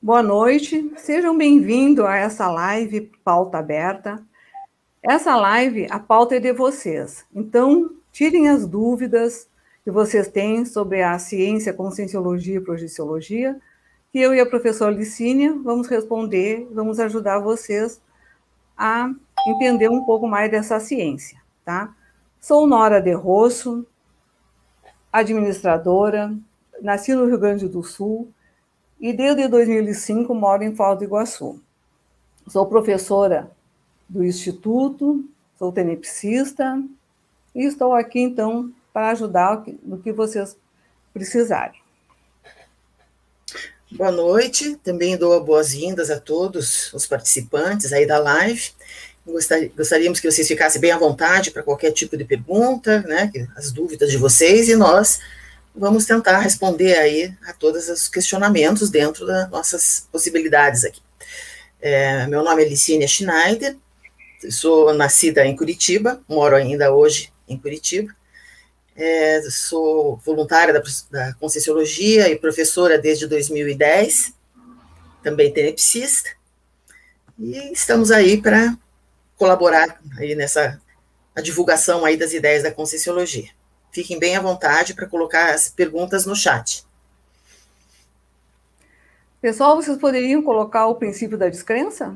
Boa noite, sejam bem-vindos a essa live Pauta Aberta. Essa live, a pauta é de vocês, então tirem as dúvidas que vocês têm sobre a ciência, conscienciologia e projeciologia, que eu e a professora Licínia vamos responder, vamos ajudar vocês a entender um pouco mais dessa ciência, tá? Sou Nora de Rosso, administradora, nasci no Rio Grande do Sul, e desde 2005 moro em Foz do Iguaçu. Sou professora do Instituto, sou tenepsista e estou aqui, então, para ajudar no que vocês precisarem. Boa noite, também dou boas-vindas a todos os participantes aí da live. Gostaríamos que vocês ficassem bem à vontade para qualquer tipo de pergunta, né, as dúvidas de vocês, e nós vamos tentar responder aí a todos os questionamentos dentro das nossas possibilidades aqui. Meu nome é Licínia Schneider, sou nascida em Curitiba, moro ainda hoje em Curitiba, sou voluntária da Conscienciologia e professora desde 2010, também tenepsista, e estamos aí para colaborar aí nessa a divulgação aí das ideias da Conscienciologia. Fiquem bem à vontade para colocar as perguntas no chat. Pessoal, vocês poderiam colocar o princípio da descrença?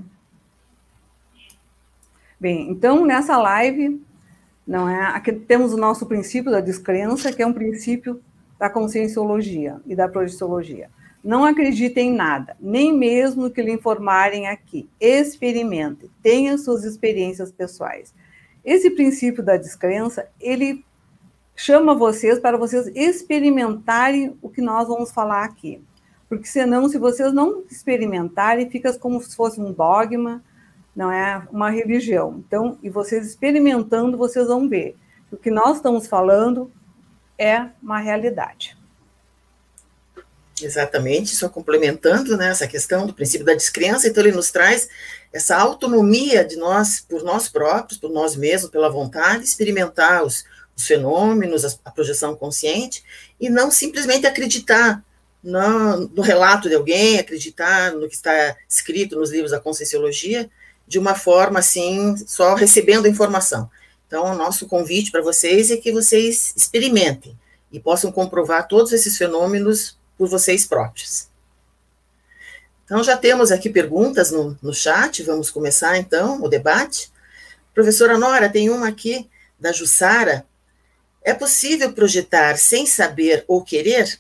Bem, então, nessa live, aqui temos o nosso princípio da descrença, que é um princípio da conscienciologia e da projeciologia. Não acredite em nada, nem mesmo no que lhe informarem aqui. Experimente, tenha suas experiências pessoais. Esse princípio da descrença, ele chama vocês para vocês experimentarem o que nós vamos falar aqui. Porque senão, se vocês não experimentarem, fica como se fosse um dogma, não é uma religião. Então, e vocês experimentando, vocês vão ver que o que nós estamos falando é uma realidade. Exatamente, só complementando, né, essa questão do princípio da descrença, então ele nos traz essa autonomia de nós, por nós próprios, por nós mesmos, pela vontade, experimentar os fenômenos, a projeção consciente, e não simplesmente acreditar no relato de alguém, acreditar no que está escrito nos livros da Conscienciologia, de uma forma assim, só recebendo informação. Então, o nosso convite para vocês é que vocês experimentem e possam comprovar todos esses fenômenos por vocês próprios. Então, já temos aqui perguntas no chat, vamos começar então o debate. Professora Nora, tem uma aqui da Jussara. É possível projetar sem saber ou querer?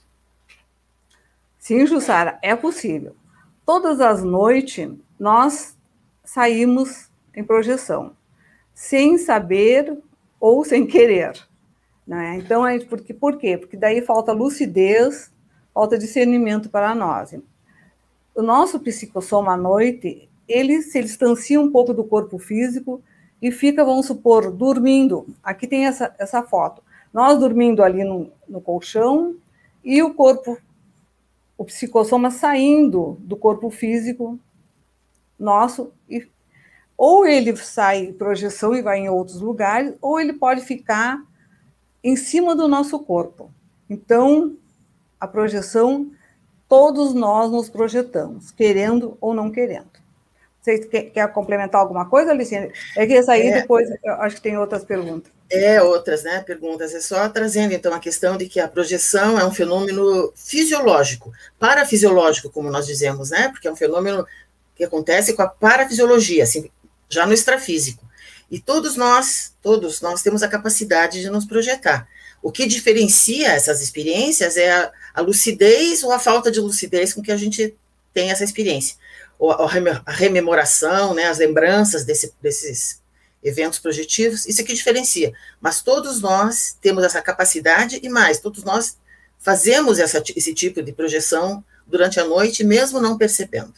Sim, Jussara, é possível. Todas as noites, nós saímos em projeção, sem saber ou sem querer. Né? Então, por quê? Porque daí falta lucidez, falta discernimento para nós. O nosso psicossoma à noite, ele se distancia um pouco do corpo físico e fica, vamos supor, dormindo. Aqui tem essa foto. Nós dormindo ali no colchão e o corpo, o psicossoma saindo do corpo físico nosso, ou ele sai em projeção e vai em outros lugares, ou ele pode ficar em cima do nosso corpo. Então, a projeção, todos nós nos projetamos, querendo ou não querendo. Você quer complementar alguma coisa, Alicinha? É que essa aí depois, eu acho que tem outras perguntas. Outras, né, perguntas. É só trazendo, então, a questão de que a projeção é um fenômeno fisiológico, parafisiológico, como nós dizemos, né, porque é um fenômeno que acontece com a parafisiologia, assim, já no extrafísico. E todos nós temos a capacidade de nos projetar. O que diferencia essas experiências é a lucidez ou a falta de lucidez com que a gente tem essa experiência. Ou a rememoração, né, as lembranças desses eventos projetivos, isso é que diferencia. Mas todos nós temos essa capacidade e mais, todos nós fazemos esse tipo de projeção durante a noite, mesmo não percebendo.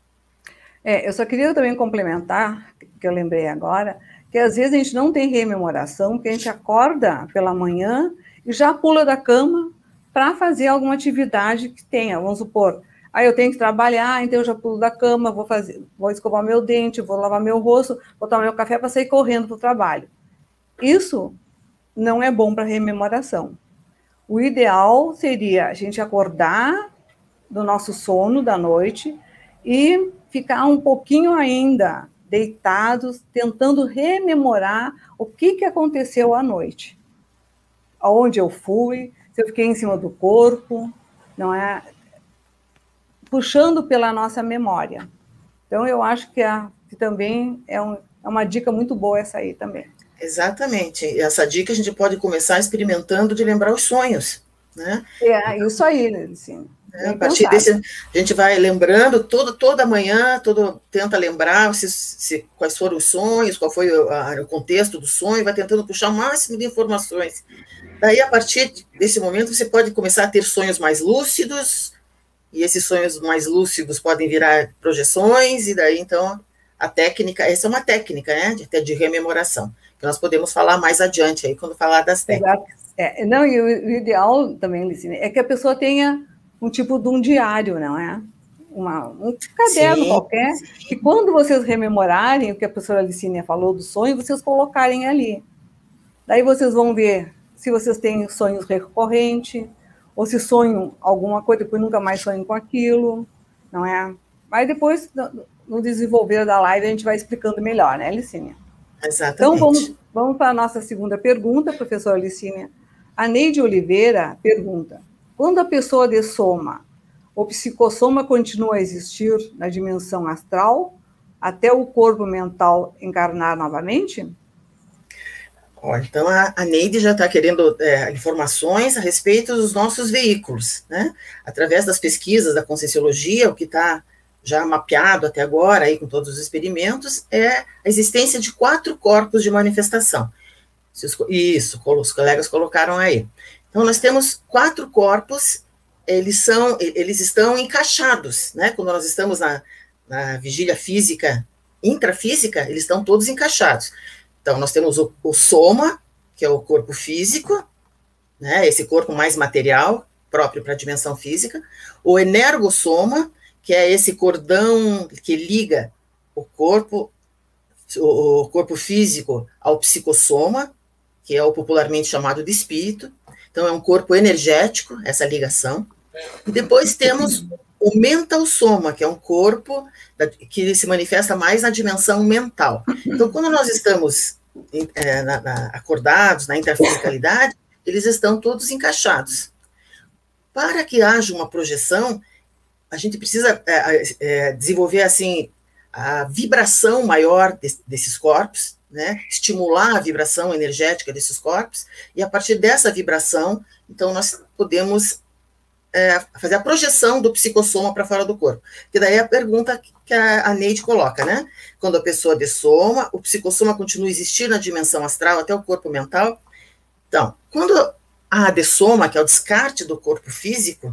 Eu só queria também complementar, que eu lembrei agora, que às vezes a gente não tem rememoração, porque a gente acorda pela manhã e já pula da cama para fazer alguma atividade que tenha. Vamos supor, eu tenho que trabalhar, então eu já pulo da cama, vou escovar meu dente, vou lavar meu rosto, vou tomar meu café para sair correndo para o trabalho. Isso não é bom para rememoração. O ideal seria a gente acordar do nosso sono da noite e ficar um pouquinho ainda deitados, tentando rememorar o que aconteceu à noite. Aonde eu fui, se eu fiquei em cima do corpo, não é? Puxando pela nossa memória. Então, eu acho que também é uma dica muito boa essa aí também. Exatamente. Essa dica a gente pode começar experimentando de lembrar os sonhos, né? Isso aí, Licínio. A partir desse, a gente vai lembrando toda manhã, tenta lembrar quais foram os sonhos, qual foi o contexto do sonho, vai tentando puxar o máximo de informações. Daí, a partir desse momento, você pode começar a ter sonhos mais lúcidos, e esses sonhos mais lúcidos podem virar projeções, e daí, então, essa é uma técnica, né, até de rememoração, que nós podemos falar mais adiante, aí, quando falar das técnicas. Não, e o ideal também, Licine, é que a pessoa tenha um tipo de um diário, não é? Um caderno sim, qualquer, sim. Que quando vocês rememorarem o que a professora Licínia falou do sonho, vocês colocarem ali. Daí vocês vão ver se vocês têm sonhos recorrentes, ou se sonham alguma coisa, depois nunca mais sonham com aquilo, não é? Mas depois, no desenvolver da live, a gente vai explicando melhor, né, Licínia? Exatamente. Então, vamos para a nossa segunda pergunta, professora Licínia. A Neide Oliveira pergunta: quando a pessoa dessoma, o psicossoma continua a existir na dimensão astral até o corpo mental encarnar novamente? Então, a Neide já está querendo informações a respeito dos nossos veículos, né? Através das pesquisas da Conscienciologia, o que está já mapeado até agora, aí, com todos os experimentos, é a existência de 4 corpos de manifestação. Isso, os colegas colocaram aí. Então, nós temos 4 corpos, eles estão encaixados, né? Quando nós estamos na vigília física, intrafísica, eles estão todos encaixados. Então, nós temos o soma, que é o corpo físico, né? Esse corpo mais material, próprio para a dimensão física. O energossoma, que é esse cordão que liga o corpo físico ao psicossoma, que é o popularmente chamado de espírito. Então, é um corpo energético, essa ligação. E depois temos o mental soma, que é um corpo que se manifesta mais na dimensão mental. Então, quando nós estamos acordados, na intrafisicalidade, eles estão todos encaixados. Para que haja uma projeção, a gente precisa desenvolver, assim, a vibração maior desses corpos, né? Estimular a vibração energética desses corpos, e a partir dessa vibração, então, nós podemos fazer a projeção do psicossoma para fora do corpo. Que daí é a pergunta que a Neide coloca, né? Quando a pessoa dessoma, o psicossoma continua a existir na dimensão astral até o corpo mental. Então, quando há dessoma, que é o descarte do corpo físico,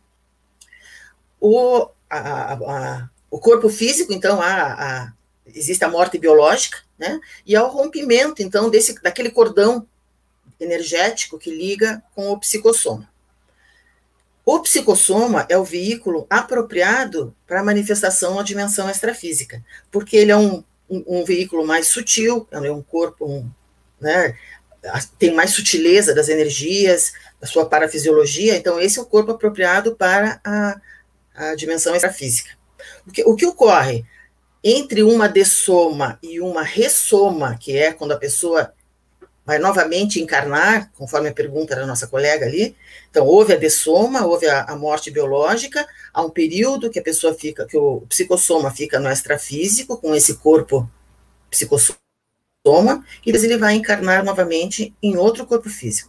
o corpo físico, então, existe a morte biológica, né? E há o rompimento, então, daquele cordão energético que liga com o psicossoma. O psicossoma é o veículo apropriado para a manifestação na dimensão extrafísica, porque ele é um veículo mais sutil, é um corpo, né, tem mais sutileza das energias, da sua parafisiologia, então esse é o corpo apropriado para a dimensão extrafísica. O que ocorre entre uma dessoma e uma ressoma, que é quando a pessoa vai novamente encarnar, conforme a pergunta da nossa colega ali. Então, houve a dessoma, houve a morte biológica, há um período que a pessoa fica, que o psicossoma fica no extrafísico, com esse corpo psicossoma, e depois ele vai encarnar novamente em outro corpo físico.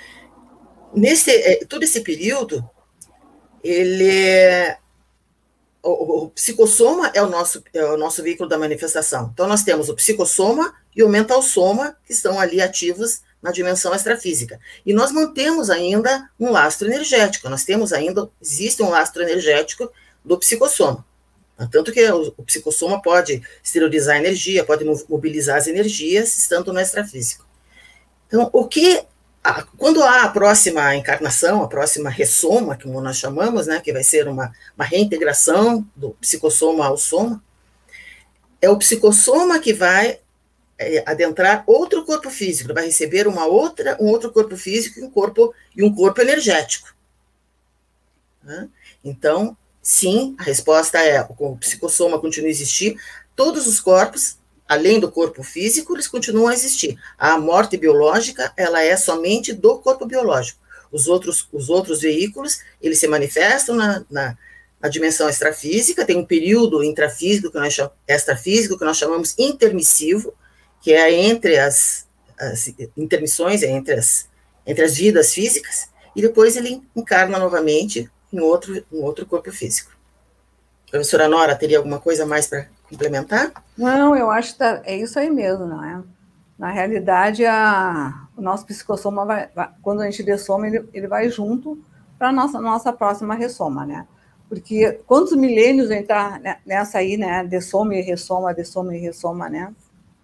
Todo esse período, o psicossoma é o nosso veículo da manifestação. Então, nós temos o psicossoma e o mental soma, que estão ali ativos na dimensão extrafísica. E nós mantemos ainda um lastro energético, existe um lastro energético do psicossoma. Tanto que o psicossoma pode exteriorizar a energia, pode mobilizar as energias, estando no extrafísico. Então, quando há a próxima encarnação, a próxima ressoma, como nós chamamos, né, que vai ser uma reintegração do psicossoma ao soma, é o psicossoma que vai adentrar outro corpo físico, vai receber um outro corpo físico e um corpo energético. Né? Então, Sim, a resposta é: o psicossoma continua a existir, todos os corpos, além do corpo físico, eles continuam a existir. A morte biológica, ela é somente do corpo biológico. Os outros veículos, eles se manifestam na dimensão extrafísica, tem um período extrafísico, que nós chamamos intermissivo, que é entre as intermissões, entre as vidas físicas, e depois ele encarna novamente em outro corpo físico. Professora Nora, teria alguma coisa mais para complementar? Não, eu acho que é isso aí mesmo, não é? Na realidade, o nosso psicossoma, quando a gente dessoma, ele vai junto para a nossa próxima ressoma, né? Porque quantos milênios entrar nessa aí, né? Dessoma e ressoma, né?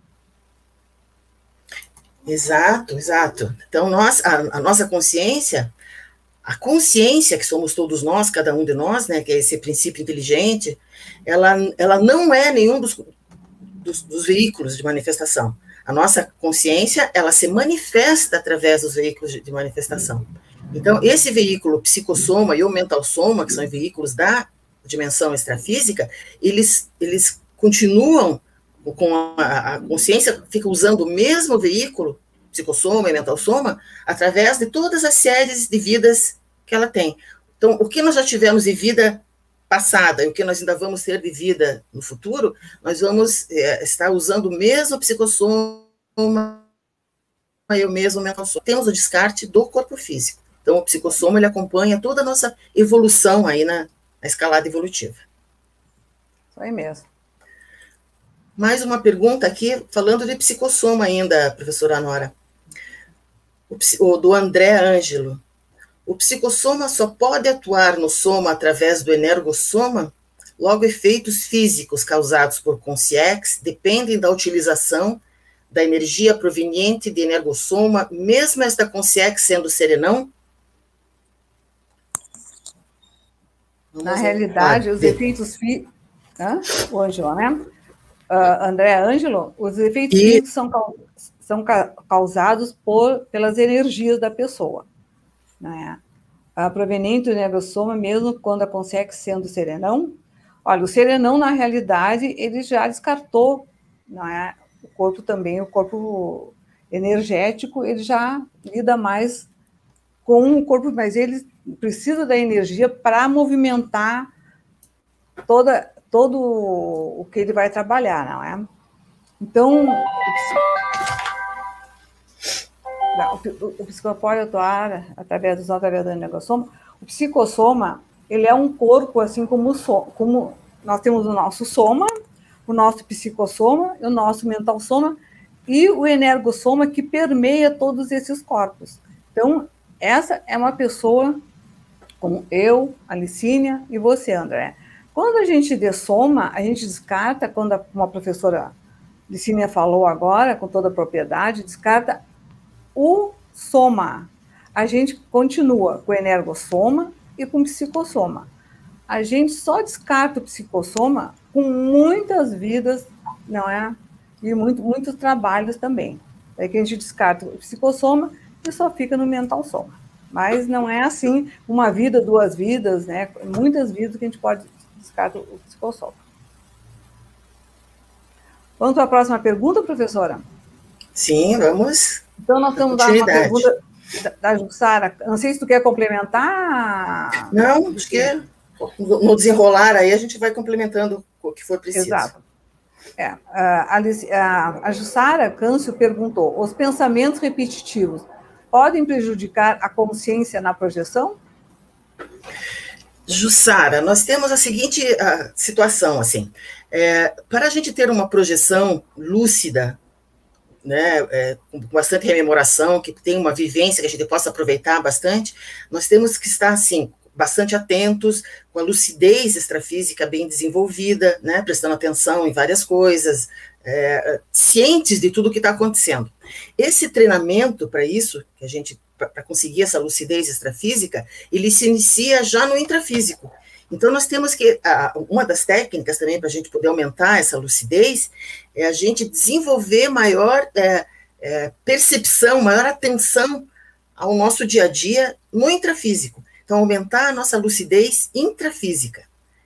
Exato, exato. Então, a nossa consciência, a consciência que somos todos nós, cada um de nós, né, que é esse princípio inteligente, ela não é nenhum dos veículos de manifestação. A nossa consciência, ela se manifesta através dos veículos de manifestação. Então, esse veículo psicossoma e o mental soma, que são veículos da dimensão extrafísica, eles continuam com a consciência, fica usando o mesmo veículo, psicossoma e mental soma, através de todas as séries de vidas que ela tem. Então, o que nós já tivemos de vida passada e o que nós ainda vamos ter de vida no futuro, nós vamos estar usando o mesmo psicossoma e o mesmo mental soma. Temos o descarte do corpo físico. Então, o psicossoma, ele acompanha toda a nossa evolução aí na escalada evolutiva. Isso aí mesmo. Mais uma pergunta aqui, falando de psicossoma ainda, professora Nora. Do André Ângelo. O psicossoma só pode atuar no soma através do energossoma? Logo, efeitos físicos causados por consciex dependem da utilização da energia proveniente de energossoma, mesmo esta consciex sendo serenão? Na realidade, os efeitos físicos... O Ângelo, né? André Ângelo, os efeitos físicos são causados pelas energias da pessoa, né? Proveniente do energossoma, mesmo quando a consegue sendo serenão. Olha, o serenão, na realidade, ele já descartou, não é? O corpo também, o corpo energético, ele já lida mais com o corpo, mas ele precisa da energia para movimentar todo o que ele vai trabalhar, não é? Então, o psicólogo pode atuar através do energossoma. O psicossoma, ele é um corpo, assim como nós temos o nosso soma, o nosso psicossoma, o nosso mental soma e o energossoma que permeia todos esses corpos. Então, essa é uma pessoa como eu, a Licínia e você, André. Quando a gente dessoma, a gente descarta, como a professora Licínia falou agora, com toda a propriedade, descarta o soma. A gente continua com o energossoma e com o psicossoma. A gente só descarta o psicossoma com muitas vidas, não é? E muitos trabalhos também. É que a gente descarta o psicossoma e só fica no mental soma. Mas não é assim, uma vida, 2 vidas, né? Muitas vidas que a gente pode descartar o psicossoma. Vamos para a próxima pergunta, professora? Sim, vamos. Então, nós estamos dando uma pergunta da Jussara. Não sei se tu quer complementar. Não, acho que no desenrolar aí a gente vai complementando o que for preciso. Exato. A Jussara Câncio perguntou: os pensamentos repetitivos podem prejudicar a consciência na projeção? Jussara, nós temos a seguinte situação, assim, para a gente ter uma projeção lúcida, né, com bastante rememoração, que tem uma vivência que a gente possa aproveitar bastante, nós temos que estar, assim, bastante atentos, com a lucidez extrafísica bem desenvolvida, né, prestando atenção em várias coisas, cientes de tudo o que está acontecendo. Esse treinamento para isso, que a gente, para conseguir essa lucidez extrafísica, ele se inicia já no intrafísico. Então, nós temos que, uma das técnicas também para a gente poder aumentar essa lucidez, é a gente desenvolver maior percepção, maior atenção ao nosso dia a dia no intrafísico. Então, aumentar a nossa lucidez intrafísica.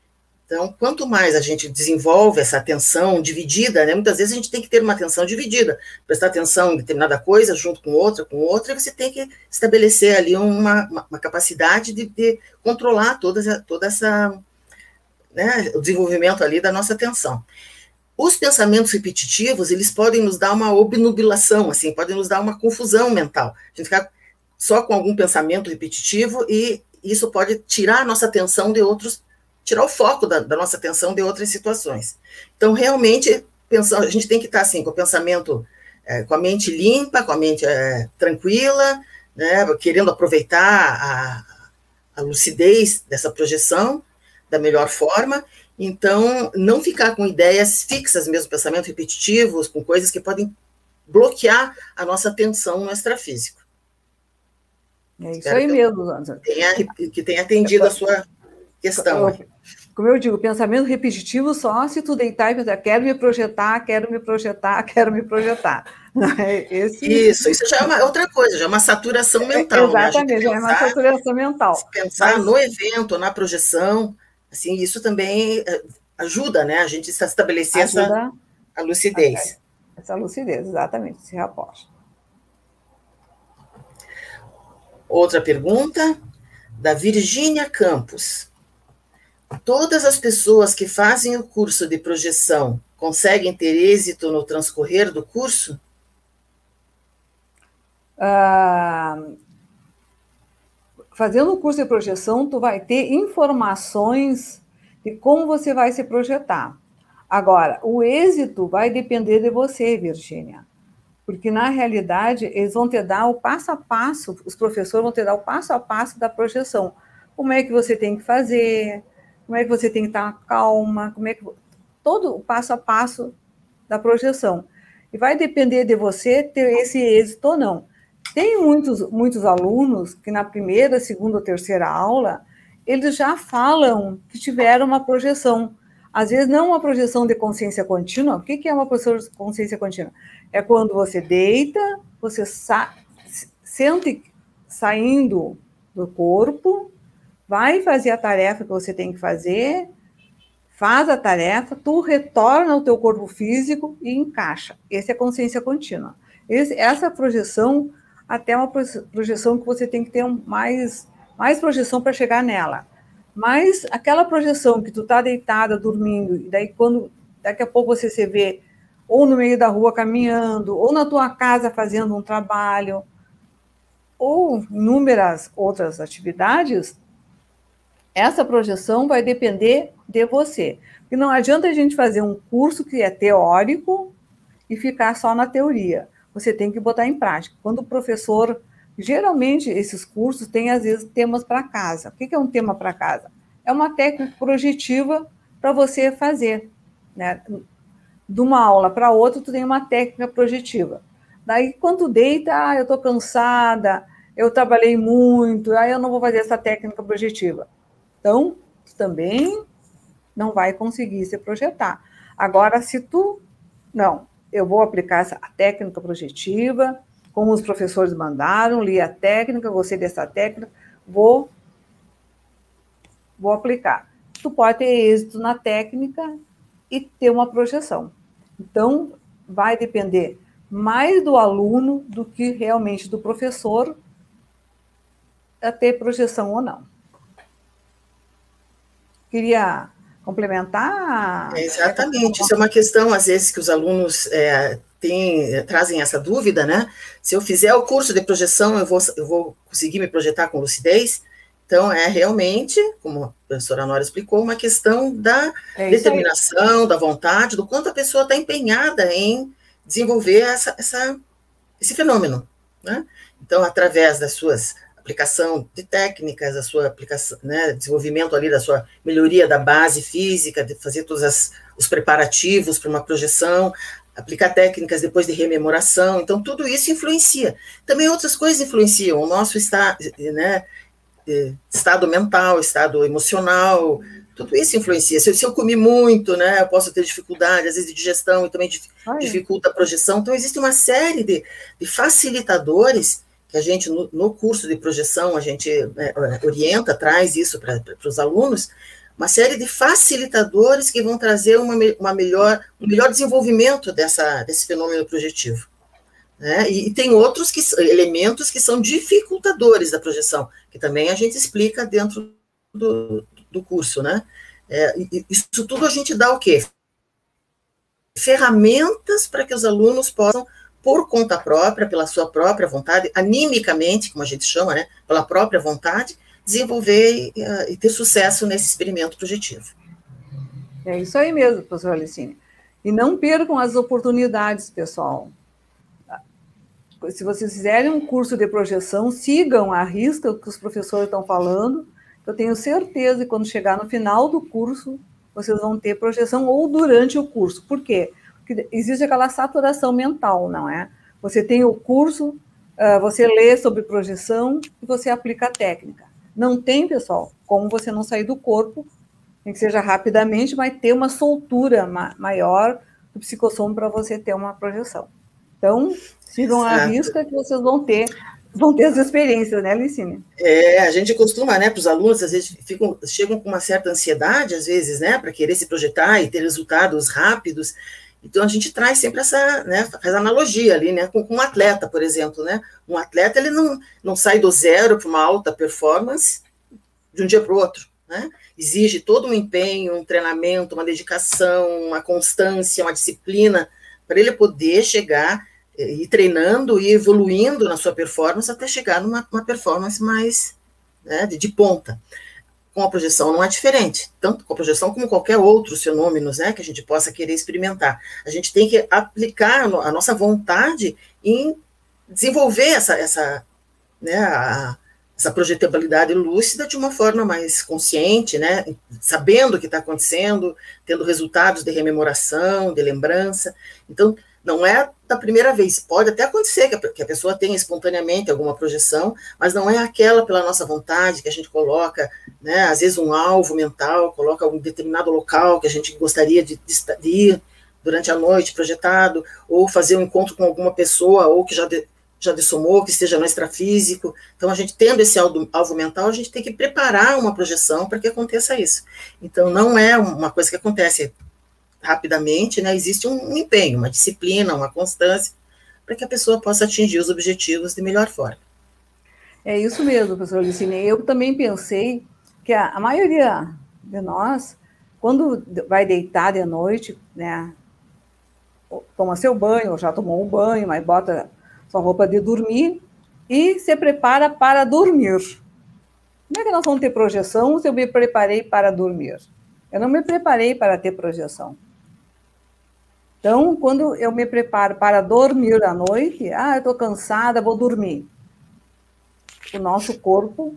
Então, quanto mais a gente desenvolve essa atenção dividida, né, muitas vezes a gente tem que ter uma atenção dividida, prestar atenção em determinada coisa junto com outra, e você tem que estabelecer ali uma capacidade de controlar toda essa, né, o desenvolvimento ali da nossa atenção. Os pensamentos repetitivos, eles podem nos dar uma obnubilação, assim, podem nos dar uma confusão mental. A gente ficar só com algum pensamento repetitivo e isso pode tirar a nossa atenção de outros, tirar o foco da nossa atenção de outras situações. Então, realmente, a gente tem que estar assim, com o pensamento, com a mente limpa, com a mente tranquila, né, querendo aproveitar a lucidez dessa projeção da melhor forma. Então, não ficar com ideias fixas mesmo, pensamentos repetitivos, com coisas que podem bloquear a nossa atenção no extrafísico. É isso aí mesmo, Lanza. Que tenha atendido a sua questão. Como eu digo, pensamento repetitivo só se tu deitar e pensar, quero me projetar, quero me projetar, quero me projetar. Isso já é uma outra coisa, já é uma saturação mental. Exatamente, né? Já é uma saturação mental. Pensar no evento, na projeção, assim, isso também ajuda, né? A gente a estabelecer a lucidez. Essa lucidez, exatamente, esse rapaz. Outra pergunta, da Virgínia Campos. Todas as pessoas que fazem o curso de projeção conseguem ter êxito no transcorrer do curso? Fazendo o curso de projeção, tu vai ter informações de como você vai se projetar. Agora, o êxito vai depender de você, Virgínia. Porque, na realidade, eles vão te dar o passo a passo, os professores vão te dar o passo a passo da projeção. Como é que você tem que fazer, como é que você tem que estar calma, todo o passo a passo da projeção. E vai depender de você ter esse êxito ou não. Tem muitos alunos que na primeira, segunda ou terceira aula, eles já falam que tiveram uma projeção. Às vezes, não uma projeção de consciência contínua. O que é uma projeção de consciência contínua? É quando você deita, você sente saindo do corpo, vai fazer a tarefa que você tem que fazer, faz a tarefa, tu retorna ao teu corpo físico e encaixa. Essa é a consciência contínua. Essa projeção, até uma projeção que você tem que ter mais projeção para chegar nela. Mas aquela projeção que tu tá deitada, dormindo, e daí daqui a pouco você se vê ou no meio da rua caminhando, ou na tua casa fazendo um trabalho, ou inúmeras outras atividades, essa projeção vai depender de você. Porque não adianta a gente fazer um curso que é teórico e ficar só na teoria. Você tem que botar em prática. Quando o professor... Geralmente, esses cursos têm, às vezes, temas para casa. O que é um tema para casa? É uma técnica projetiva para você fazer, né? De uma aula para outra, tu tem uma técnica projetiva. Daí, quando tu deita, eu estou cansada, eu trabalhei muito, eu não vou fazer essa técnica projetiva. Então, tu também não vai conseguir se projetar. Agora, se tu... Não, eu vou aplicar essa técnica projetiva, como os professores mandaram, li a técnica, gostei dessa técnica, vou aplicar. Tu pode ter êxito na técnica e ter uma projeção. Então, vai depender mais do aluno do que realmente do professor a ter projeção ou não. Queria complementar? Exatamente, isso é uma questão, às vezes, que os alunos trazem essa dúvida, né? Se eu fizer o curso de projeção, eu vou conseguir me projetar com lucidez? Então, é realmente, como a professora Nora explicou, uma questão da determinação, da vontade, do quanto a pessoa está empenhada em desenvolver esse fenômeno, né? Então, através das suas aplicação de técnicas, a sua aplicação, né, desenvolvimento ali da sua melhoria da base física, de fazer todos os preparativos para uma projeção, aplicar técnicas depois de rememoração, então tudo isso influencia. Também outras coisas influenciam, o nosso né, estado mental, estado emocional, tudo isso influencia. Se eu comi muito, né, eu posso ter dificuldade, às vezes, de digestão, e também dificulta a projeção. Então, existe uma série de facilitadores que a gente, no curso de projeção, a gente orienta, traz isso para os alunos, uma série de facilitadores que vão trazer um melhor desenvolvimento desse fenômeno projetivo. Né? E tem outros elementos que são dificultadores da projeção, que também a gente explica dentro do curso. Né? Isso tudo a gente dá o quê? Ferramentas para que os alunos possam, por conta própria, pela sua própria vontade, animicamente, como a gente chama, né, pela própria vontade, desenvolver e ter sucesso nesse experimento projetivo. É isso aí mesmo, professora Alicine. E não percam as oportunidades, pessoal. Se vocês fizerem um curso de projeção, sigam à risca o que os professores estão falando. Eu tenho certeza que quando chegar no final do curso, vocês vão ter projeção ou durante o curso. Por quê? Porque existe aquela saturação mental, não é? Você tem o curso, você lê sobre projeção e você aplica a técnica. Não tem, pessoal, como você não sair do corpo, nem que seja rapidamente, mas ter uma soltura maior do psicossom para você ter uma projeção. Então, sigam à risca que vocês vão ter as experiências, né, Alicine? A gente costuma, né, para os alunos, às vezes chegam com uma certa ansiedade, às vezes, né, para querer se projetar e ter resultados rápidos. Então, a gente traz sempre essa, né, faz analogia ali, né, com um atleta, por exemplo, né, um atleta, ele não sai do zero para uma alta performance de um dia para o outro, né, exige todo um empenho, um treinamento, uma dedicação, uma constância, uma disciplina, para ele poder chegar e treinando e evoluindo na sua performance até chegar numa performance mais, né, de ponta. Com a projeção não é diferente, tanto com a projeção como qualquer outros fenômenos, né, que a gente possa querer experimentar. A gente tem que aplicar a nossa vontade em desenvolver essa projetabilidade lúcida de uma forma mais consciente, né, sabendo o que está acontecendo, tendo resultados de rememoração, de lembrança. Então, não é da primeira vez, pode até acontecer que a pessoa tenha espontaneamente alguma projeção, mas não é aquela pela nossa vontade que a gente coloca, né, às vezes um alvo mental, coloca um determinado local que a gente gostaria de ir durante a noite projetado, ou fazer um encontro com alguma pessoa, ou que já dessomou, que esteja no extrafísico. Então, a gente tendo esse alvo mental, a gente tem que preparar uma projeção para que aconteça isso. Então, não é uma coisa que acontece rapidamente, né, existe um empenho, uma disciplina, uma constância, para que a pessoa possa atingir os objetivos de melhor forma. É isso mesmo, professora Alicine. Eu também pensei que a maioria de nós, quando vai deitar de noite, né, toma seu banho, ou já tomou um banho, mas bota sua roupa de dormir e se prepara para dormir. Como é que nós vamos ter projeção se eu me preparei para dormir? Eu não me preparei para ter projeção. Então, quando eu me preparo para dormir à noite, eu estou cansada, vou dormir. O nosso corpo,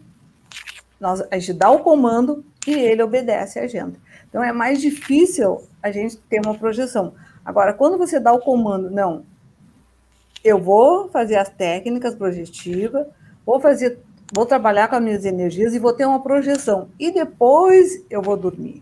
a gente dá o comando e ele obedece a gente. Então, é mais difícil a gente ter uma projeção. Agora, quando você dá o comando, não, eu vou fazer as técnicas projetivas, vou trabalhar com as minhas energias e vou ter uma projeção. E depois eu vou dormir.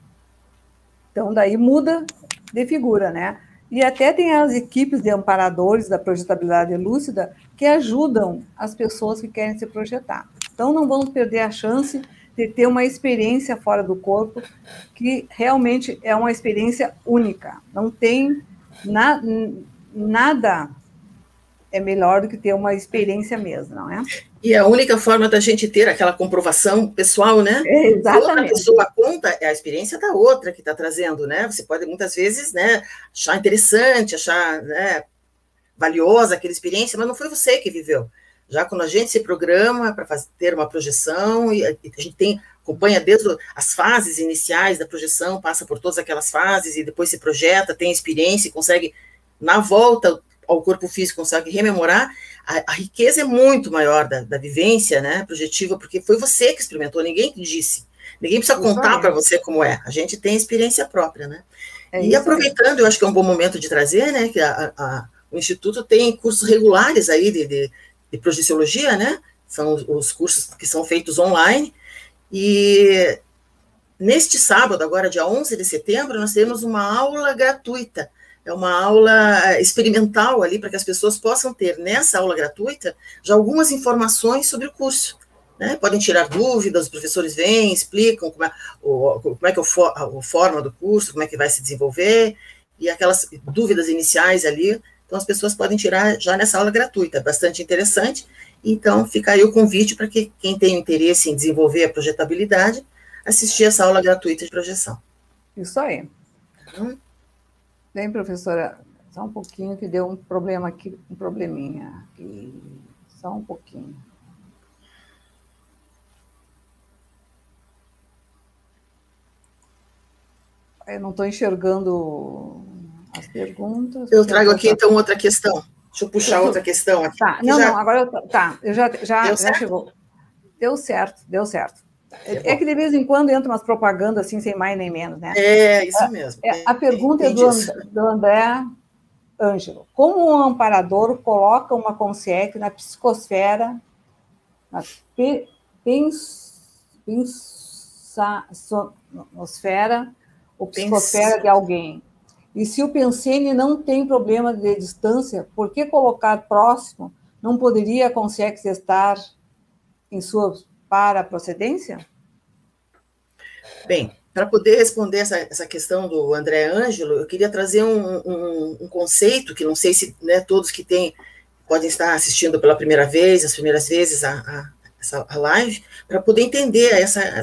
Então, daí muda de figura, né? E até tem as equipes de amparadores da projetabilidade lúcida que ajudam as pessoas que querem se projetar. Então, não vamos perder a chance de ter uma experiência fora do corpo, que realmente é uma experiência única. Não tem nada é melhor do que ter uma experiência mesmo, não é? E a única forma da gente ter aquela comprovação pessoal, né? Exatamente. Outra pessoa conta, é a experiência da outra que está trazendo, né? Você pode, muitas vezes, né, achar interessante, achar, né, valiosa aquela experiência, mas não foi você que viveu. Já quando a gente se programa para ter uma projeção, e a gente acompanha desde as fases iniciais da projeção, passa por todas aquelas fases, e depois se projeta, tem experiência e consegue, na volta ao corpo físico, consegue rememorar, a riqueza é muito maior da vivência, né, projetiva, porque foi você que experimentou, ninguém que disse, ninguém precisa contar para você como é, a gente tem experiência própria, né. E aproveitando, eu acho que é um bom momento de trazer, né, que o Instituto tem cursos regulares aí de projeciologia, né, são os cursos que são feitos online, e neste sábado, agora dia 11 de setembro, nós temos uma aula gratuita. É uma aula experimental ali, para que as pessoas possam ter, nessa aula gratuita, já algumas informações sobre o curso, né? Podem tirar dúvidas, os professores vêm, explicam como é que é a forma do curso, como é que vai se desenvolver, e aquelas dúvidas iniciais ali, então as pessoas podem tirar já nessa aula gratuita, é bastante interessante. Então fica aí o convite para que quem tem interesse em desenvolver a projetabilidade, assistir essa aula gratuita de projeção. Isso aí. Bem, professora, só um pouquinho que deu um problema aqui, um probleminha aqui, só um pouquinho. Eu não estou enxergando as perguntas. Eu trago aqui, então, outra questão. Deixa eu puxar outra questão aqui. Tá, não, agora já chegou. Deu certo. É que de vez em quando entra umas propagandas assim, sem mais nem menos, né? É, isso mesmo. A pergunta é do André Ângelo. Como um amparador coloca uma consciência na psicosfera, na pensosfera ou psicosfera de alguém? E se o Pensene não tem problema de distância, por que colocar próximo? Não poderia a consciência estar em sua para-procedência? Bem, para poder responder essa questão do André Ângelo, eu queria trazer um conceito que não sei se, né, todos que podem estar assistindo pela primeira vez, as primeiras vezes a live, para poder entender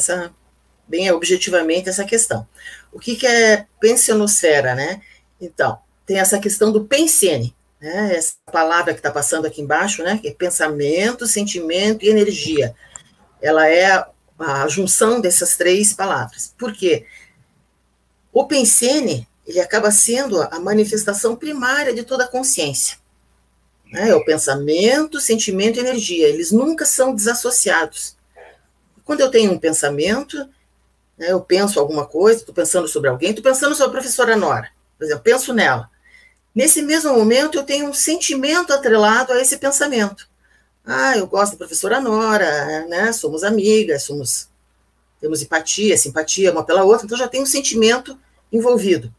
bem objetivamente essa questão. O que é pensionosfera, né? Então, tem essa questão do pensene, né? Essa palavra que está passando aqui embaixo, né? Que é pensamento, sentimento e energia. Ela é a junção dessas três palavras. Por quê? O pensene, ele acaba sendo a manifestação primária de toda a consciência. Né? É o pensamento, sentimento e energia. Eles nunca são desassociados. Quando eu tenho um pensamento, né, eu penso alguma coisa, estou pensando sobre alguém, estou pensando sobre a professora Nora, por exemplo, penso nela. Nesse mesmo momento, eu tenho um sentimento atrelado a esse pensamento. Eu gosto da professora Nora, né, somos amigas, temos empatia, simpatia uma pela outra, então já tem um sentimento envolvido.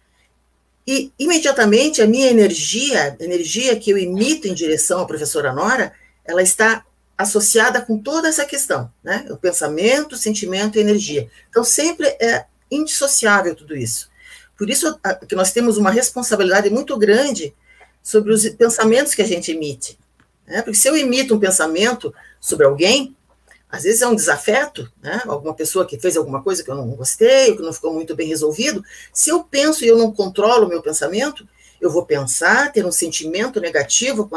E, imediatamente, a minha energia, a energia que eu emito em direção à professora Nora, ela está associada com toda essa questão, né? O pensamento, o sentimento e a energia. Então, sempre é indissociável tudo isso. Por isso que nós temos uma responsabilidade muito grande sobre os pensamentos que a gente emite. Né? Porque se eu emito um pensamento sobre alguém, às vezes é um desafeto, né? Alguma pessoa que fez alguma coisa que eu não gostei, ou que não ficou muito bem resolvido, se eu penso e eu não controlo o meu pensamento, eu vou pensar, ter um sentimento negativo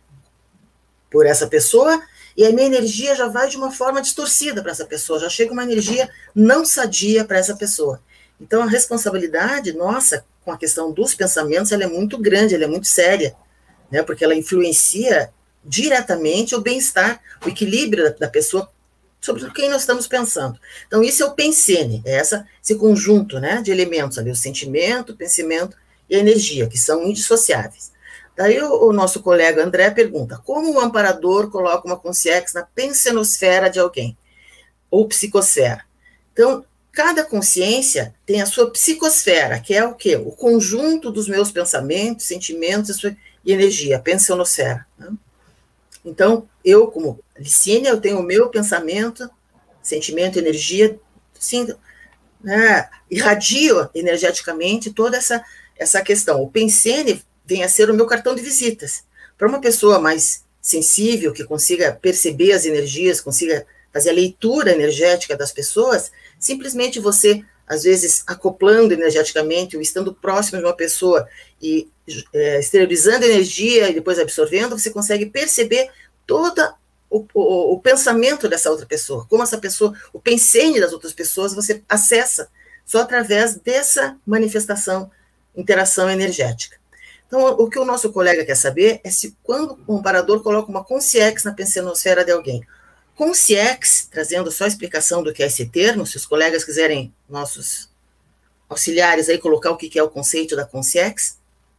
por essa pessoa, e a minha energia já vai de uma forma distorcida para essa pessoa, já chega uma energia não sadia para essa pessoa. Então, a responsabilidade nossa com a questão dos pensamentos, ela é muito grande, ela é muito séria, né? Porque ela influencia diretamente o bem-estar, o equilíbrio da pessoa sobre quem nós estamos pensando. Então, isso é o pensene, é esse conjunto, né, de elementos ali, o sentimento, o pensamento e a energia, que são indissociáveis. Daí o nosso colega André pergunta, como o amparador coloca uma consciência na pensenosfera de alguém? Ou psicosfera? Então, cada consciência tem a sua psicosfera, que é o quê? O conjunto dos meus pensamentos, sentimentos e energia, a pensenosfera. Né? Então, eu, como Licínia, eu tenho o meu pensamento, sentimento, energia, sim, né, irradio energeticamente toda essa questão. O pensene vem a ser o meu cartão de visitas. Para uma pessoa mais sensível, que consiga perceber as energias, consiga fazer a leitura energética das pessoas, simplesmente você, às vezes, acoplando energeticamente, ou estando próximo de uma pessoa e exteriorizando energia e depois absorvendo, você consegue perceber todo o pensamento dessa outra pessoa, como essa pessoa, o pensene das outras pessoas, você acessa só através dessa manifestação, interação energética. Então, o que o nosso colega quer saber é se quando o amparador coloca uma consciência na pensenosfera de alguém. Consciência, trazendo só a explicação do que é esse termo, se os colegas quiserem, nossos auxiliares, aí colocar o que é o conceito da consciência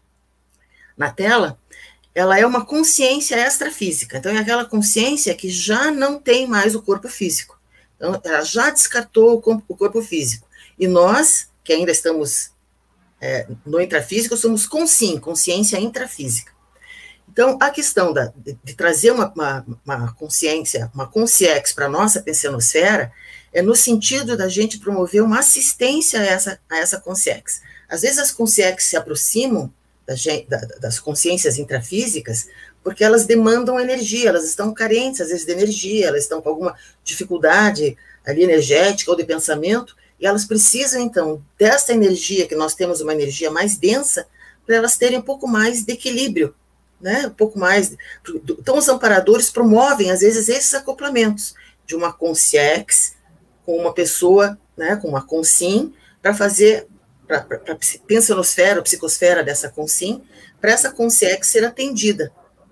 na tela, ela é uma consciência extrafísica. Então, é aquela consciência que já não tem mais o corpo físico. Então, ela já descartou o corpo físico. E nós, que ainda estamos no intrafísico, somos consciência intrafísica. Então, a questão de trazer uma consciência, uma consciex para a nossa pensenosfera, é no sentido da gente promover uma assistência a essa consciex. Às vezes as consciex se aproximam das consciências intrafísicas porque elas demandam energia, elas estão carentes, às vezes, de energia, elas estão com alguma dificuldade ali energética ou de pensamento, e elas precisam, então, dessa energia, que nós temos uma energia mais densa, para elas terem um pouco mais de equilíbrio, né? Um pouco mais. Então, os amparadores promovem, às vezes, esses acoplamentos de uma consciex com uma pessoa, né, com uma consim, para fazer, para a pensenosfera, ou psicosfera dessa consim, para essa consciex ser atendida,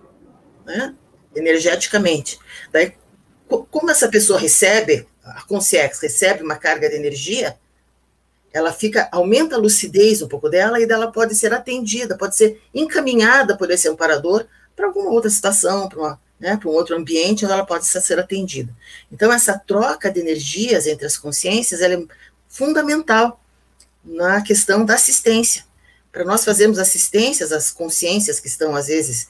né, energeticamente. Daí, como essa pessoa recebe, a consciex recebe uma carga de energia, ela aumenta a lucidez um pouco dela e ela pode ser atendida, pode ser encaminhada por esse amparador para alguma outra situação, para um outro ambiente onde ela pode ser atendida. Então, essa troca de energias entre as consciências ela é fundamental na questão da assistência. Para nós fazermos assistências às consciências que estão, às vezes,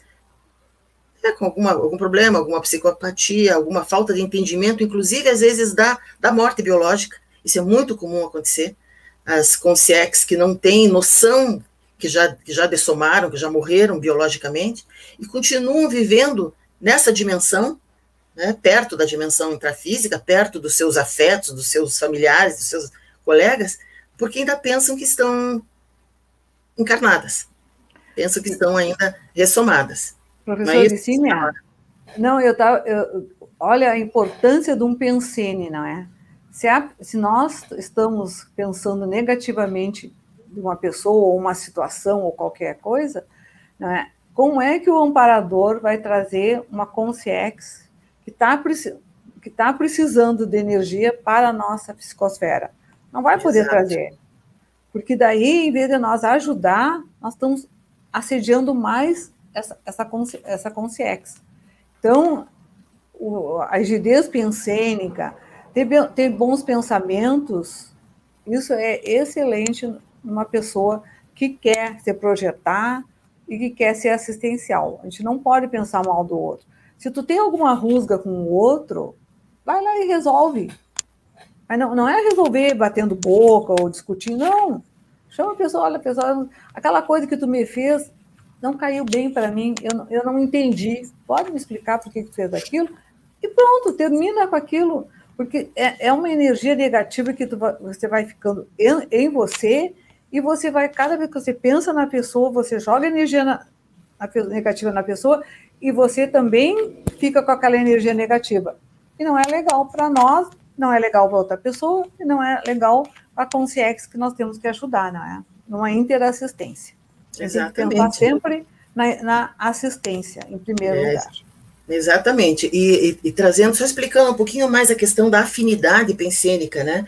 com algum problema, alguma psicopatia, alguma falta de entendimento, inclusive, às vezes, da morte biológica. Isso é muito comum acontecer. As consciex que não têm noção, que já dessomaram, que já morreram biologicamente, e continuam vivendo nessa dimensão, né, perto da dimensão intrafísica, perto dos seus afetos, dos seus familiares, dos seus colegas, porque ainda pensam que estão encarnadas, pensam que estão ainda ressomadas. Professor Licínia, não, olha a importância de um pensene, não é? Se nós estamos pensando negativamente de uma pessoa, ou uma situação, ou qualquer coisa, não é? Como é que o amparador vai trazer uma consciex que tá precisando de energia para a nossa psicosfera? Não vai poder trazer. Porque daí, em vez de nós ajudar, nós estamos assediando mais essa consciex. Então, a rigidez pensênica, ter bons pensamentos, isso é excelente numa pessoa que quer se projetar e que quer ser assistencial. A gente não pode pensar mal do outro. Se tu tem alguma rusga com o outro, vai lá e resolve. Mas não é resolver batendo boca ou discutindo, não. Chama a pessoa, olha, pessoal, aquela coisa que tu me fez não caiu bem para mim, eu não entendi. Pode me explicar por que tu fez aquilo? E pronto, termina com aquilo. Porque é uma energia negativa que você vai ficando em você, e você vai, cada vez que você pensa na pessoa, você joga energia negativa na pessoa, e você também fica com aquela energia negativa. E não é legal para nós, não é legal para outra pessoa, e não é legal para a consciex que nós temos que ajudar, não é? Numa interassistência. Exatamente. Tem que pensar sempre na assistência, em primeiro lugar. Exatamente, e trazendo, só explicando um pouquinho mais a questão da afinidade pensênica, né?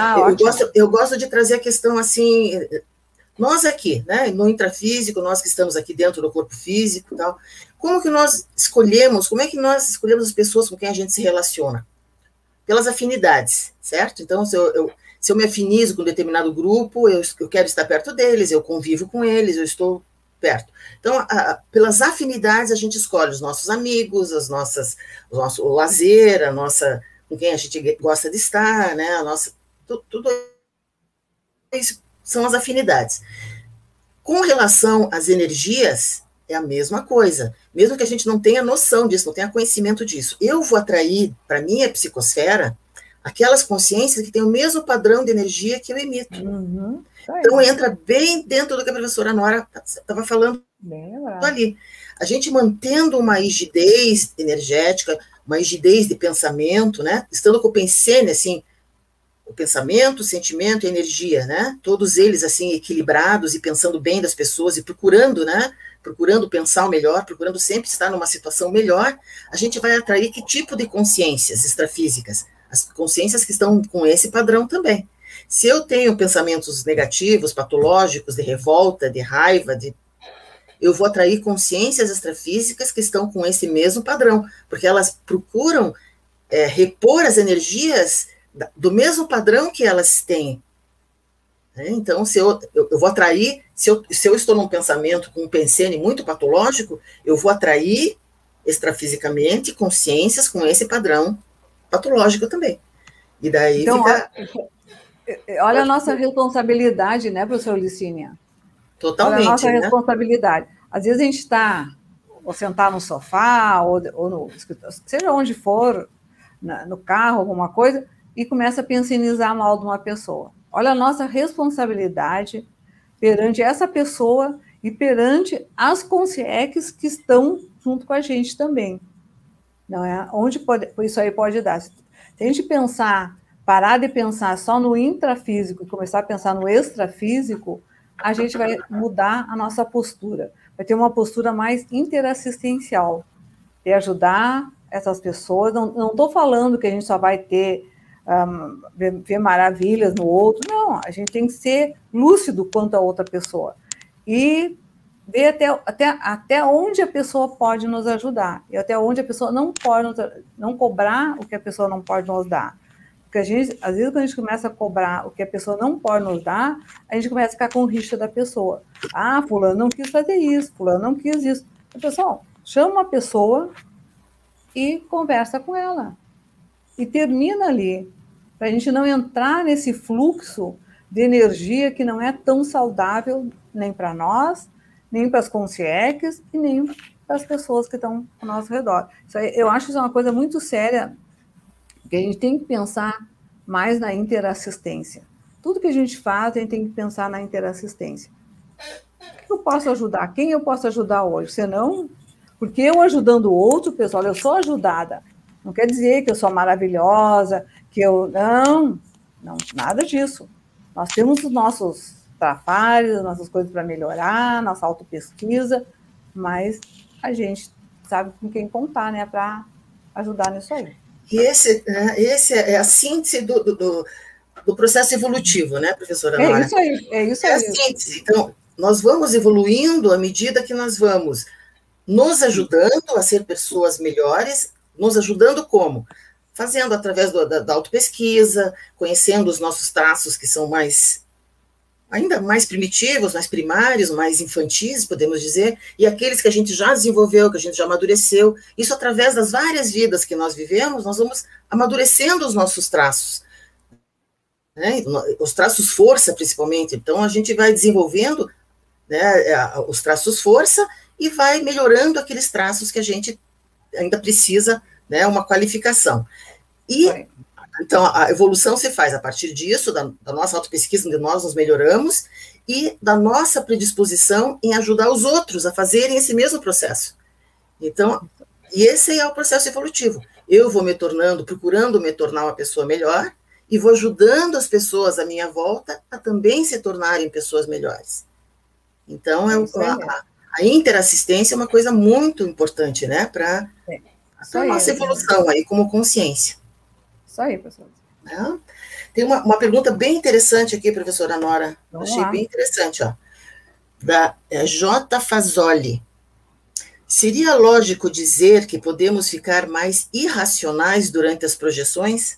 Eu gosto de trazer a questão assim, nós aqui, né, no intrafísico, nós que estamos aqui dentro do corpo físico e tal, como é que nós escolhemos as pessoas com quem a gente se relaciona? Pelas afinidades, certo? Então, se eu me afinizo com um determinado grupo, eu quero estar perto deles, eu convivo com eles, eu estou perto. Então, pelas afinidades, a gente escolhe os nossos amigos, o lazer, com quem a gente gosta de estar, né? Tudo isso são as afinidades. Com relação às energias, é a mesma coisa. Mesmo que a gente não tenha noção disso, não tenha conhecimento disso, eu vou atrair para a minha psicosfera aquelas consciências que têm o mesmo padrão de energia que eu emito. Uhum. Então, entra bem dentro do que a professora Nora estava falando ali. A gente mantendo uma rigidez energética, uma rigidez de pensamento, né? Estando com o pensene, assim, o pensamento, o sentimento e a energia, né? Todos eles, assim, equilibrados e pensando bem das pessoas e procurando, né? Procurando pensar o melhor, procurando sempre estar numa situação melhor, a gente vai atrair que tipo de consciências extrafísicas? As consciências que estão com esse padrão também. Se eu tenho pensamentos negativos, patológicos, de revolta, de raiva, eu vou atrair consciências extrafísicas que estão com esse mesmo padrão, porque elas procuram repor as energias do mesmo padrão que elas têm, né? Então, se eu vou atrair, se eu estou num pensamento com um pensene muito patológico, eu vou atrair extrafisicamente consciências com esse padrão patológico também. E daí então, fica... olha a nossa responsabilidade, né, professor Licínia? Olha a nossa Totalmente, né? responsabilidade. Às vezes a gente está, ou sentar no sofá, ou no escritório, seja onde for, no carro, alguma coisa, e começa a pensionizar mal de uma pessoa. Olha a nossa responsabilidade perante essa pessoa e perante as consciências que estão junto com a gente também. Não é? Onde isso aí pode dar? Se a gente pensar, parar de pensar só no intrafísico e começar a pensar no extrafísico, a gente vai mudar a nossa postura. Vai ter uma postura mais interassistencial, de ajudar essas pessoas. Não estou falando que a gente só vai ter ver maravilhas no outro. Não, a gente tem que ser lúcido quanto a outra pessoa. E ver até onde a pessoa pode nos ajudar e até onde a pessoa não pode, não cobrar o que a pessoa não pode nos dar. Porque às vezes, quando a gente começa a cobrar o que a pessoa não pode nos dar, a gente começa a ficar com rixa da pessoa. Ah, fulano não quis fazer isso, fulano não quis isso. Pessoal, chama uma pessoa e conversa com ela. E termina ali, para a gente não entrar nesse fluxo de energia que não é tão saudável nem para nós, nem para as consciências e nem para as pessoas que estão ao nosso redor. Eu acho isso uma coisa muito séria, que a gente tem que pensar mais na interassistência. Tudo que a gente faz, a gente tem que pensar na interassistência. O que eu posso ajudar? Quem eu posso ajudar hoje? Senão, porque eu ajudando o outro, pessoal, eu sou ajudada. Não quer dizer que eu sou maravilhosa, que eu... Não, nada disso. Nós temos os nossos trabalhos, nossas coisas para melhorar, nossa autopesquisa, mas a gente sabe com quem contar, né, para ajudar nisso aí. E esse é a síntese do processo evolutivo, né, professora Nora? É isso aí. É a síntese. Então, nós vamos evoluindo à medida que nós vamos nos ajudando a ser pessoas melhores, nos ajudando como? Fazendo através da autopesquisa, conhecendo os nossos traços que são ainda mais primitivos, mais primários, mais infantis, podemos dizer, e aqueles que a gente já desenvolveu, que a gente já amadureceu. Isso através das várias vidas que nós vivemos, nós vamos amadurecendo os nossos traços, né? Os traços força, principalmente. Então, a gente vai desenvolvendo, né, os traços força e vai melhorando aqueles traços que a gente ainda precisa, né, uma qualificação. E então, a evolução se faz a partir disso, da nossa autopesquisa, onde nós nos melhoramos, e da nossa predisposição em ajudar os outros a fazerem esse mesmo processo. Então, e esse é o processo evolutivo. Eu vou me tornando, procurando me tornar uma pessoa melhor, e vou ajudando as pessoas à minha volta a também se tornarem pessoas melhores. Então, a interassistência é uma coisa muito importante, né, para a nossa evolução aí como consciência. Isso aí, professor. Tem uma pergunta bem interessante aqui, professora Nora. Achei bem interessante, ó. Da J. Fazoli. Seria lógico dizer que podemos ficar mais irracionais durante as projeções?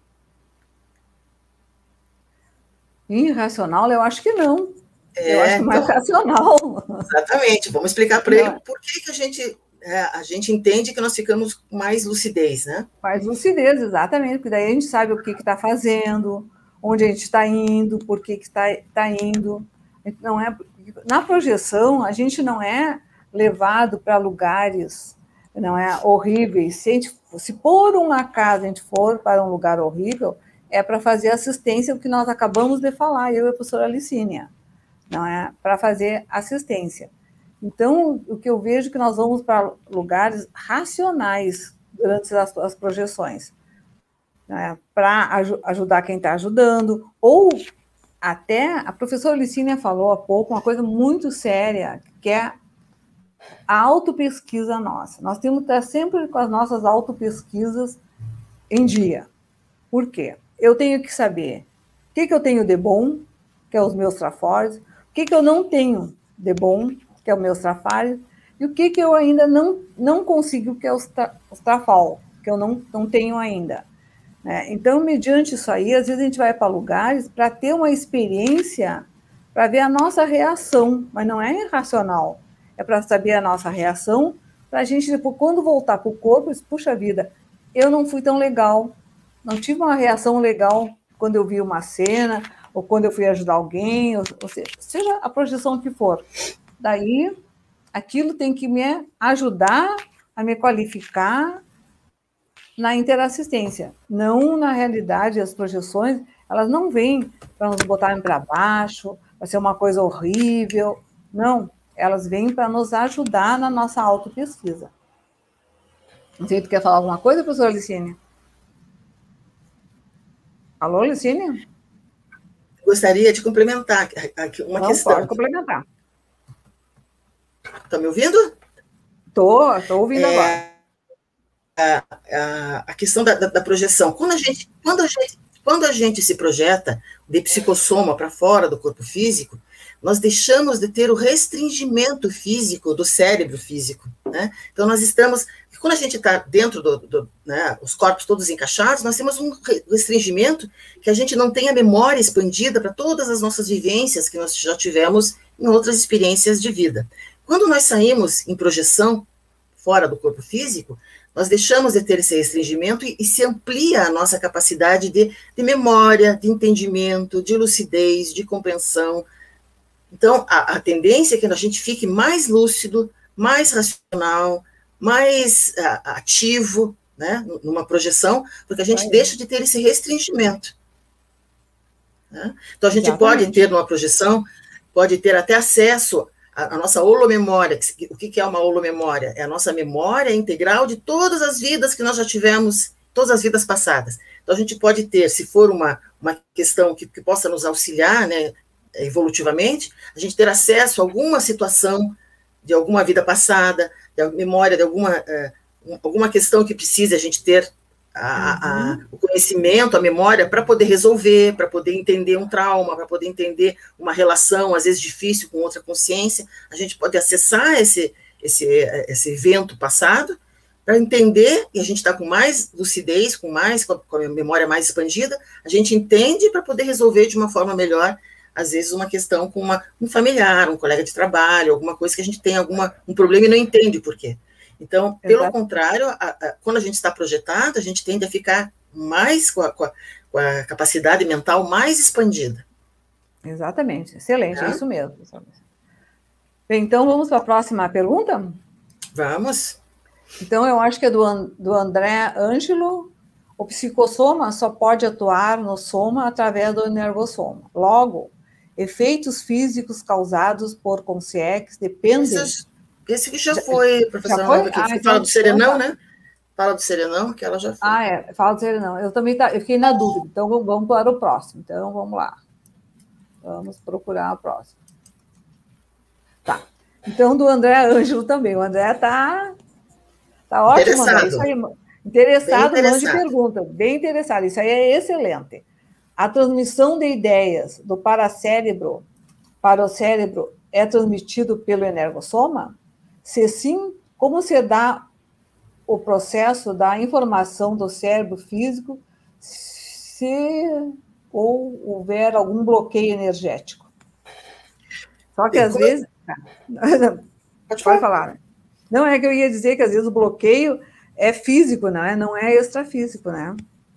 Irracional, eu acho que não. Eu acho que mais racional. Exatamente. Vamos explicar para ele por que a gente entende que nós ficamos com mais lucidez, né? Mais lucidez, exatamente, porque daí a gente sabe o que está fazendo, onde a gente está indo, por que está indo. Não é, na projeção, a gente não é levado para lugares, não é, horríveis. Se por um acaso a gente for para um lugar horrível, é para fazer assistência, o que nós acabamos de falar, eu e a professora Licínia, não é? Para fazer assistência. Então, o que eu vejo é que nós vamos para lugares racionais durante as projeções, né? Para ajudar quem está ajudando, ou até a professora Licínia falou há pouco uma coisa muito séria, que é a autopesquisa nossa. Nós temos que estar sempre com as nossas autopesquisas em dia. Por quê? Eu tenho que saber o que eu tenho de bom, que é os meus trafores, o que eu não tenho de bom, que é o meu trafalho, e o que eu ainda não consigo, que é os trafal, que eu não tenho ainda. né? Então, mediante isso aí, às vezes a gente vai para lugares para ter uma experiência, para ver a nossa reação, mas não é irracional, é para saber a nossa reação, para a gente, depois, quando voltar para o corpo, puxa vida, eu não fui tão legal, não tive uma reação legal quando eu vi uma cena, ou quando eu fui ajudar alguém, ou seja a projeção que for. Daí, aquilo tem que me ajudar a me qualificar na interassistência. Não, na realidade, as projeções, elas não vêm para nos botarem para baixo, para ser uma coisa horrível. Não, elas vêm para nos ajudar na nossa autopesquisa. Não sei se tu quer falar alguma coisa, professora Licínia? Alô, Licínia? Gostaria de complementar uma questão. Pode complementar. Está me ouvindo? Estou ouvindo agora. A questão da projeção. Quando a gente se projeta de psicossoma para fora do corpo físico, nós deixamos de ter o restringimento físico do cérebro físico, né? Então, nós estamos... Quando a gente está dentro né, os corpos todos encaixados, nós temos um restringimento que a gente não tem a memória expandida para todas as nossas vivências que nós já tivemos em outras experiências de vida. Quando nós saímos em projeção fora do corpo físico, nós deixamos de ter esse restringimento e se amplia a nossa capacidade de memória, de entendimento, de lucidez, de compreensão. Então, a tendência é que a gente fique mais lúcido, mais racional, mais ativo, né, numa projeção, porque a gente deixa de ter esse restringimento. Né? Então, a gente pode ter numa projeção, pode ter até acesso à nossa holomemória. O que é uma holomemória? É a nossa memória integral de todas as vidas que nós já tivemos, todas as vidas passadas. Então, a gente pode ter, se for uma questão que possa nos auxiliar, né, evolutivamente, a gente ter acesso a alguma situação de alguma vida passada, de memória de alguma questão que precise a gente ter o conhecimento, a memória, para poder resolver, para poder entender um trauma, para poder entender uma relação, às vezes difícil, com outra consciência. A gente pode acessar esse evento passado para entender, e a gente está com mais lucidez, com a memória mais expandida, a gente entende para poder resolver de uma forma melhor, às vezes, uma questão com um familiar, um colega de trabalho, alguma coisa que a gente tem um problema e não entende por quê. Então, pelo contrário, quando a gente está projetado, a gente tende a ficar mais com a capacidade mental mais expandida. Exatamente, excelente, é isso mesmo. Bem, então, vamos para a próxima pergunta? Vamos. Então, eu acho que é do André Ângelo. O psicossoma só pode atuar no soma através do energossoma. Logo, efeitos físicos causados por consciências dependem... Esse que já foi, professora. Fala do serenão, né? Fala do serenão, que ela já foi. Fala do serenão. Eu também eu fiquei na dúvida, então vamos para o próximo. Então, vamos lá. Vamos procurar o próximo. Tá. Então, do André Ângelo também. O André tá ótimo, André. Isso aí, interessado, um monte de perguntas. Bem interessado. Isso aí é excelente. A transmissão de ideias do paracérebro para o cérebro é transmitido pelo energossoma? Se sim, como se dá o processo da informação do cérebro físico se houver algum bloqueio energético? Só que às vezes... Pode falar. Não, é que eu ia dizer que às vezes o bloqueio é físico, não é extrafísico, né?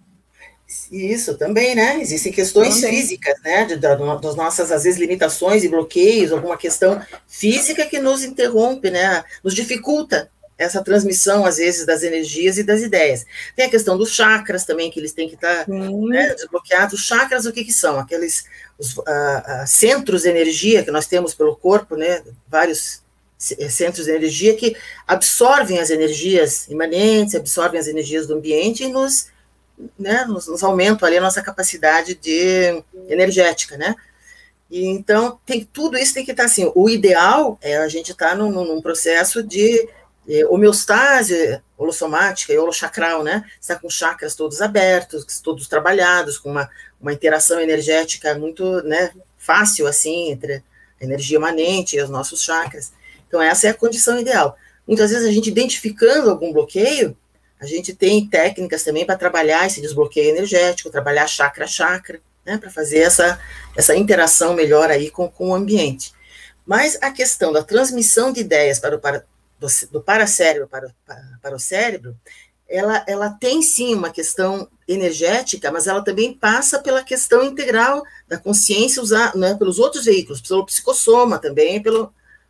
Isso também, né? Existem questões físicas, né? Das nossas, às vezes, limitações e bloqueios, alguma questão física que nos interrompe, né? Nos dificulta essa transmissão, às vezes, das energias e das ideias. Tem a questão dos chakras também, que eles têm que estar desbloqueados. Os chakras, o que são? Aqueles centros de energia que nós temos pelo corpo, né? Vários centros de energia que absorvem as energias imanentes, absorvem as energias do ambiente e nos aumentam ali a nossa capacidade energética, né? E então, tudo isso tem que estar assim. O ideal é a gente estar num processo de homeostase holossomática e holochacral, né? Estar com os chakras todos abertos, todos trabalhados, com uma interação energética muito, né, fácil, assim, entre a energia imanente e os nossos chakras. Então, essa é a condição ideal. Muitas vezes, a gente identificando algum bloqueio, a gente tem técnicas também para trabalhar esse desbloqueio energético, trabalhar chakra a chakra, né, para fazer essa interação melhor aí com o ambiente. Mas a questão da transmissão de ideias do paracérebro para o cérebro, ela tem sim uma questão energética, mas ela também passa pela questão integral da consciência usar, né, pelos outros veículos, pelo psicossoma também, pelo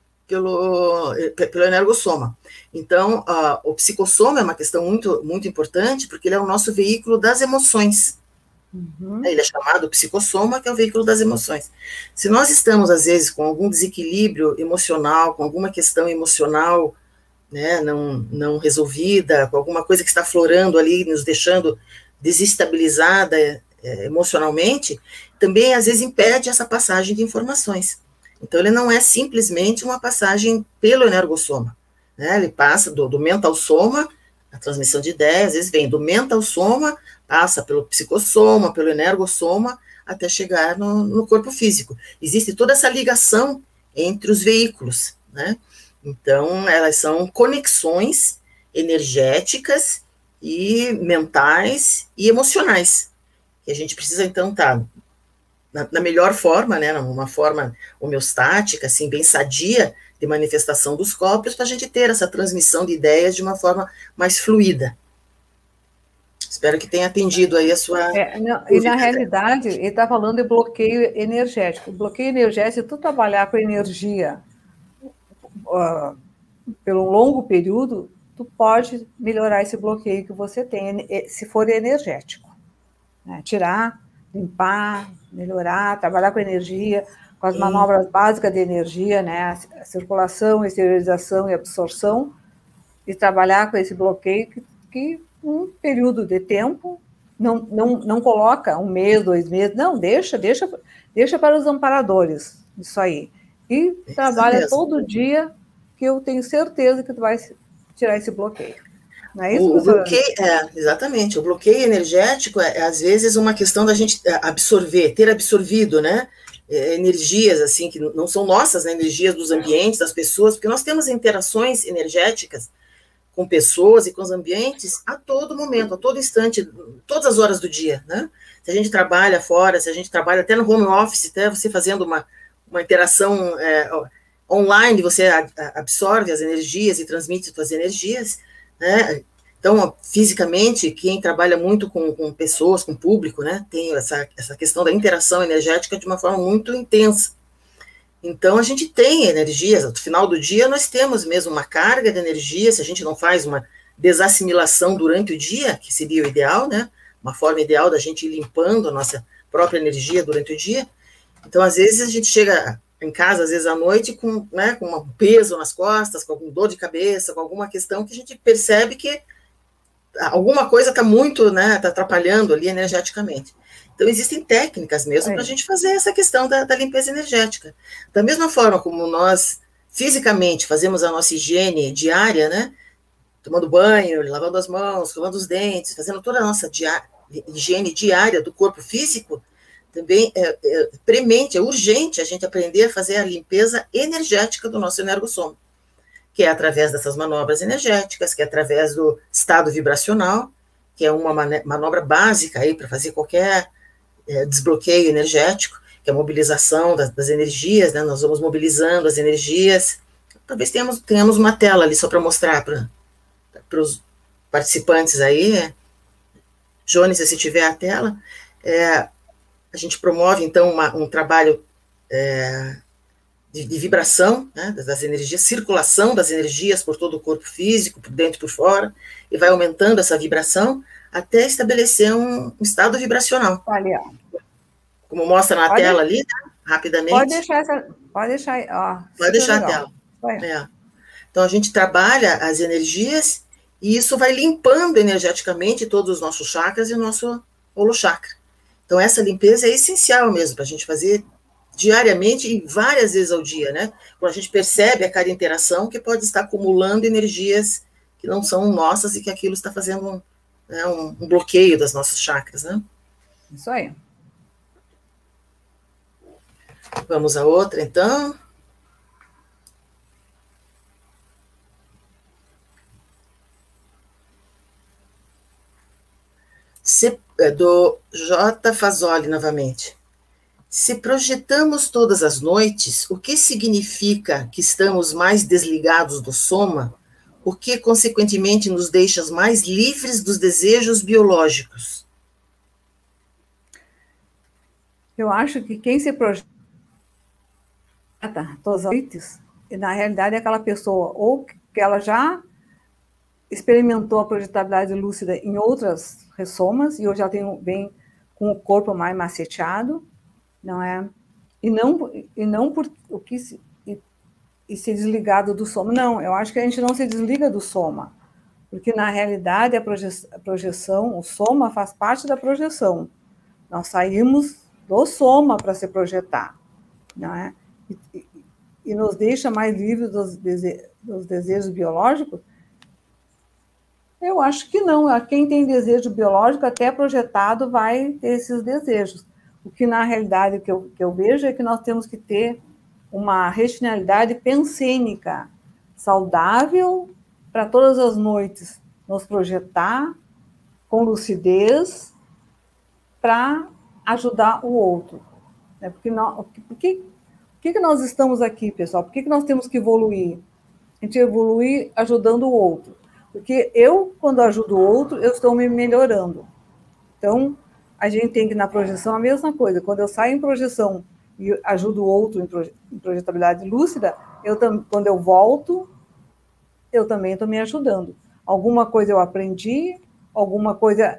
energossoma. Então, o psicossoma é uma questão muito, muito importante, porque ele é o nosso veículo das emoções. Uhum. Ele é chamado psicossoma, que é o veículo das emoções. Se nós estamos, às vezes, com algum desequilíbrio emocional, com alguma questão emocional, né, não resolvida, com alguma coisa que está florando ali, nos deixando desestabilizada emocionalmente, também, às vezes, impede essa passagem de informações. Então, ele não é simplesmente uma passagem pelo energossoma, né? Ele passa do mental soma, a transmissão de ideias, às vezes vem do mental soma, passa pelo psicossoma, pelo energossoma, até chegar no corpo físico. Existe toda essa ligação entre os veículos, né? Então, elas são conexões energéticas e mentais e emocionais, que a gente precisa, então, estar na melhor forma, né, uma forma homeostática, assim, bem sadia, de manifestação dos corpos, para a gente ter essa transmissão de ideias de uma forma mais fluida. Espero que tenha atendido aí a sua... E na realidade, ele está falando de bloqueio energético. Bloqueio energético, se tu trabalhar com energia pelo longo período, tu pode melhorar esse bloqueio que você tem, se for energético. Né? Tirar, limpar, melhorar, trabalhar com energia, com as manobras básicas de energia, né? A circulação, exteriorização e absorção, e trabalhar com esse bloqueio que um período de tempo não coloca 1 mês, 2 meses, não, deixa para os amparadores isso aí. E trabalha todo dia, que eu tenho certeza que tu vai tirar esse bloqueio. Não é isso, bloqueio, exatamente. O bloqueio energético é, às vezes, uma questão da gente ter absorvido, né? Energias, assim, que não são nossas, né? Energias dos ambientes, das pessoas, porque nós temos interações energéticas com pessoas e com os ambientes a todo momento, a todo instante, todas as horas do dia, né? Se a gente trabalha fora, se a gente trabalha até no home office, até você fazendo uma interação online, você absorve as energias e transmite suas energias, né? Então, fisicamente, quem trabalha muito com pessoas, com público, né, tem essa questão da interação energética de uma forma muito intensa. Então, a gente tem energias, no final do dia nós temos mesmo uma carga de energia, se a gente não faz uma desassimilação durante o dia, que seria o ideal, né, uma forma ideal da gente ir limpando a nossa própria energia durante o dia. Então, às vezes, a gente chega em casa, às vezes à noite, com um peso nas costas, com alguma dor de cabeça, com alguma questão que a gente percebe que alguma coisa está muito, né, está atrapalhando ali energeticamente. Então, existem técnicas mesmo para a gente fazer essa questão da limpeza energética. Da mesma forma como nós, fisicamente, fazemos a nossa higiene diária, né, tomando banho, lavando as mãos, escovando os dentes, fazendo toda a nossa higiene diária do corpo físico, também é premente, é urgente a gente aprender a fazer a limpeza energética do nosso energossoma, que é através dessas manobras energéticas, que é através do estado vibracional, que é uma manobra básica aí para fazer qualquer desbloqueio energético, que é a mobilização das energias, né? Nós vamos mobilizando as energias. Talvez tenhamos uma tela ali só para mostrar para os participantes aí. Jones, se tiver a tela, a gente promove, então, um trabalho de vibração, né, das energias, circulação das energias por todo o corpo físico, por dentro e por fora, e vai aumentando essa vibração até estabelecer um estado vibracional. Olha. Como mostra na tela ali, né, rapidamente. Pode deixar, ó. Pode deixar a tela. Então, a gente trabalha as energias e isso vai limpando energeticamente todos os nossos chakras e o nosso holochakra. Então, essa limpeza é essencial mesmo para a gente fazer diariamente e várias vezes ao dia, né? Quando a gente percebe a cada interação que pode estar acumulando energias que não são nossas e que aquilo está fazendo um bloqueio das nossas chakras, né? Isso aí. Vamos a outra, então. Do J. Fazoli, novamente. Se projetamos todas as noites, o que significa que estamos mais desligados do soma, o que, consequentemente, nos deixa mais livres dos desejos biológicos? Eu acho que quem se projeta todas as noites, na realidade, é aquela pessoa ou que ela já experimentou a projetabilidade lúcida em outras ressomas, e hoje já vem com o corpo mais maceteado, não é? E não por o que e ser desligado do soma. Não, eu acho que a gente não se desliga do soma, porque na realidade a projeção, o soma faz parte da projeção. Nós saímos do soma para se projetar, não é? E nos deixa mais livres dos desejos biológicos. Eu acho que não. Quem tem desejo biológico, até projetado, vai ter esses desejos. O que, na realidade, que eu vejo é que nós temos que ter uma racionalidade pensênica saudável para todas as noites nos projetar com lucidez para ajudar o outro. Por que nós estamos aqui, pessoal? Por que nós temos que evoluir? A gente evolui ajudando o outro. Porque quando ajudo o outro, eu estou me melhorando. Então, a gente tem que, na projeção, a mesma coisa. Quando eu saio em projeção e ajudo o outro em projetabilidade lúcida, quando eu volto, eu também estou me ajudando. Alguma coisa eu aprendi, alguma coisa,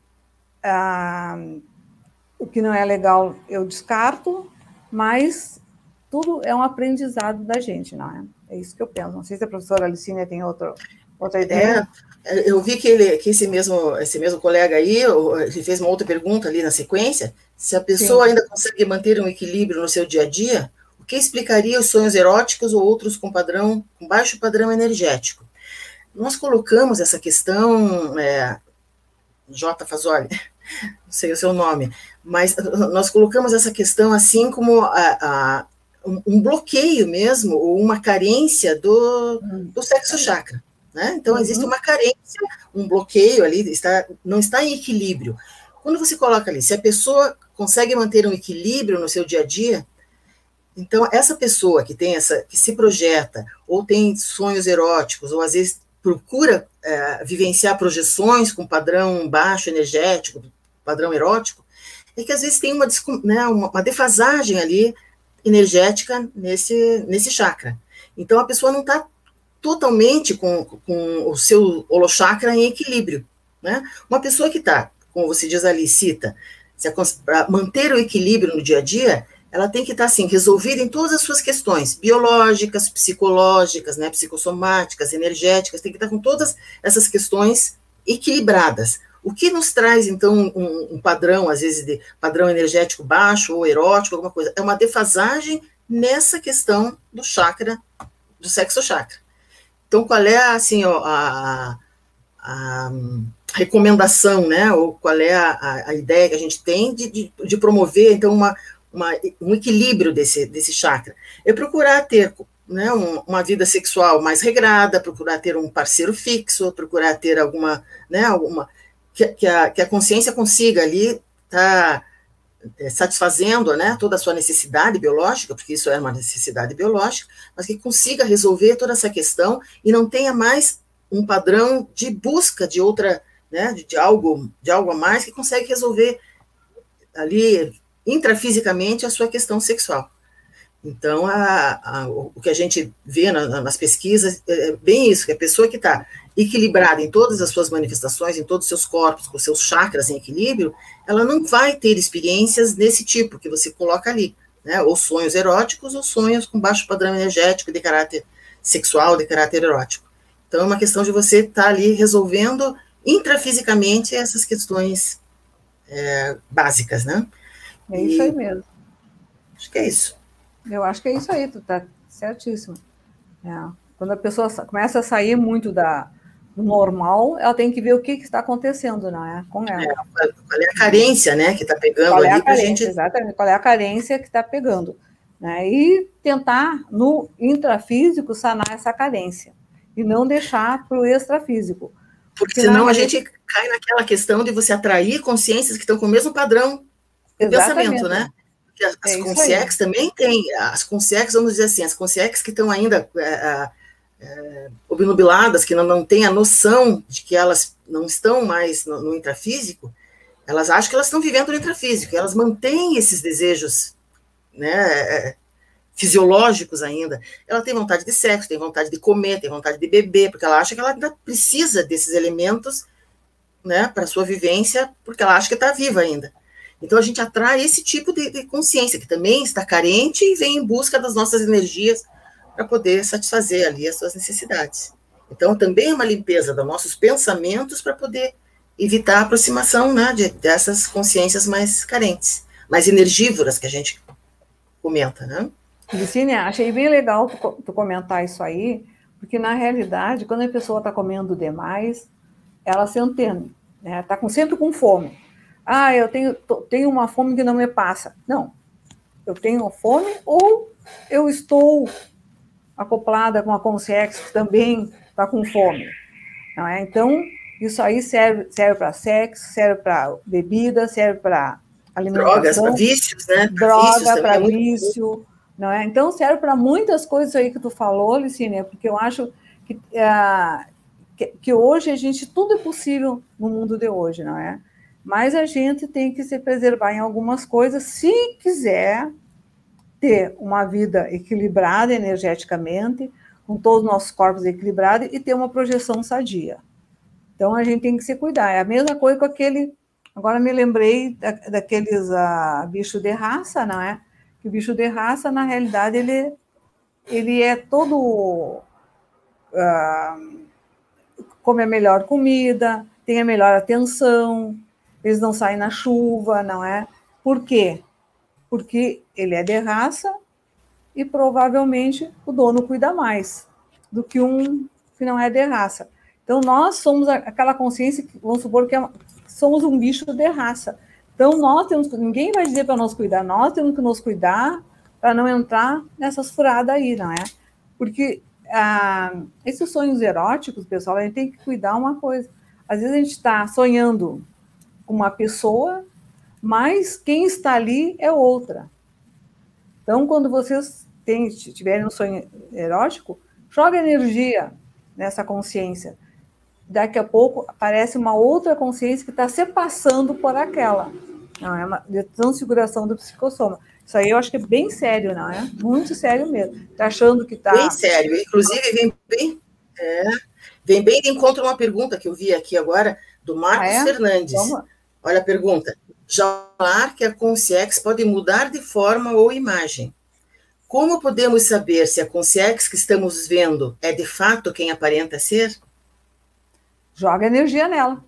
o que não é legal, eu descarto, mas tudo é um aprendizado da gente, não é? É isso que eu penso. Não sei se a professora Alicínia tem outra ideia. Eu vi que esse mesmo colega aí, ele fez uma outra pergunta ali na sequência, se a pessoa ainda consegue manter um equilíbrio no seu dia a dia, o que explicaria os sonhos eróticos ou outros com baixo padrão energético? Nós colocamos essa questão, J. Fazoli, não sei o seu nome, mas nós colocamos essa questão assim como um bloqueio mesmo, ou uma carência do sexo chakra. Né? Então, existe uma carência, um bloqueio ali, não está em equilíbrio. Quando você coloca ali, se a pessoa consegue manter um equilíbrio no seu dia a dia, então, essa pessoa que se projeta, ou tem sonhos eróticos, ou às vezes procura vivenciar projeções com padrão baixo energético, padrão erótico, é que às vezes tem uma defasagem ali energética nesse chakra. Então, a pessoa não está totalmente com o seu holochakra em equilíbrio. Né? Uma pessoa que está, como você diz ali, cita, para manter o equilíbrio no dia a dia, ela tem que estar, assim, resolvida em todas as suas questões, biológicas, psicológicas, né, psicossomáticas, energéticas, tem que estar com todas essas questões equilibradas. O que nos traz, então, um padrão, às vezes, de padrão energético baixo ou erótico, alguma coisa, é uma defasagem nessa questão do chakra, do sexo chakra. Então, qual é, assim, a recomendação, né, ou qual é a ideia que a gente tem de promover, então, um equilíbrio desse chakra? É procurar ter, né, uma vida sexual mais regrada, procurar ter um parceiro fixo, procurar ter que a consciência consiga ali estar satisfazendo, né, toda a sua necessidade biológica, porque isso é uma necessidade biológica, mas que consiga resolver toda essa questão e não tenha mais um padrão de busca de outra, né, de algo a mais, que consegue resolver ali intrafisicamente a sua questão sexual. Então, o que a gente vê nas pesquisas é bem isso, que a pessoa que está equilibrada em todas as suas manifestações, em todos os seus corpos, com os seus chakras em equilíbrio, ela não vai ter experiências desse tipo que você coloca ali, né? Ou sonhos eróticos, ou sonhos com baixo padrão energético de caráter sexual, de caráter erótico. Então, é uma questão de você estar ali resolvendo intrafisicamente essas questões básicas, né? É isso aí mesmo. Acho que é isso. Eu acho que é isso aí, tu tá certíssimo. Quando a pessoa começa a sair muito do normal, ela tem que ver o que está acontecendo, não é? Com ela. Qual é a carência, né, que está pegando qual ali é a carência, gente... Exatamente, qual é a carência que está pegando. Né? E tentar, no intrafísico, sanar essa carência. E não deixar para o extrafísico. Porque senão a gente cai naquela questão de você atrair consciências que estão com o mesmo padrão de pensamento, né? Porque as consciências também têm, as consciências, vamos dizer assim, as consciências que estão ainda obnubiladas, que não têm a noção de que elas não estão mais no intrafísico, elas acham que elas estão vivendo no intrafísico, elas mantêm esses desejos, né, fisiológicos ainda. Ela tem vontade de sexo, tem vontade de comer, tem vontade de beber, porque ela acha que ela ainda precisa desses elementos, né, para a sua vivência, porque ela acha que está viva ainda. Então a gente atrai esse tipo de consciência, que também está carente e vem em busca das nossas energias para poder satisfazer ali as suas necessidades. Então também é uma limpeza dos nossos pensamentos para poder evitar a aproximação, né, dessas consciências mais carentes, mais energívoras que a gente comenta, né? Licínia, achei bem legal tu comentar isso aí, porque na realidade, quando a pessoa está comendo demais, ela se entende, né? Está sempre com fome. Ah, eu tenho uma fome que não me passa. Não, eu tenho fome ou eu estou acoplada com a consciência que também está com fome. Não é? Então, isso aí serve para sexo, serve para bebida, serve para alimentação. Drogas, para vícios, né? Droga, para vício. Não é? Então, serve para muitas coisas aí que tu falou, Licínia, porque eu acho que hoje tudo é possível no mundo de hoje, não é? Mas a gente tem que se preservar em algumas coisas, se quiser ter uma vida equilibrada energeticamente, com todos os nossos corpos equilibrados e ter uma projeção sadia. Então, a gente tem que se cuidar. É a mesma coisa com aquele... Agora me lembrei daqueles bichos de raça, não é? Que o bicho de raça, na realidade, ele é todo... come a melhor comida, tem a melhor atenção, eles não saem na chuva, não é? Por quê? Porque ele é de raça e provavelmente o dono cuida mais do que um que não é de raça. Então, nós somos aquela consciência, vamos supor que somos um bicho de raça. Então, ninguém vai dizer para nós cuidar, nós temos que nos cuidar para não entrar nessas furadas aí, não é? Porque esses sonhos eróticos, pessoal, a gente tem que cuidar uma coisa. Às vezes a gente está sonhando com uma pessoa, mas quem está ali é outra. Então, quando vocês tiverem um sonho erótico, joga energia nessa consciência. Daqui a pouco aparece uma outra consciência que está se passando por aquela. Não é uma transfiguração do psicossoma. Isso aí eu acho que é bem sério, não é? Muito sério mesmo. Está achando que está... Bem sério. Inclusive, vem bem de encontro a uma pergunta que eu vi aqui agora, do Marcos Fernandes. Vamos. Olha a pergunta. Já falar que a consciência pode mudar de forma ou imagem. Como podemos saber se a consciência que estamos vendo é de fato quem aparenta ser? Joga energia nela.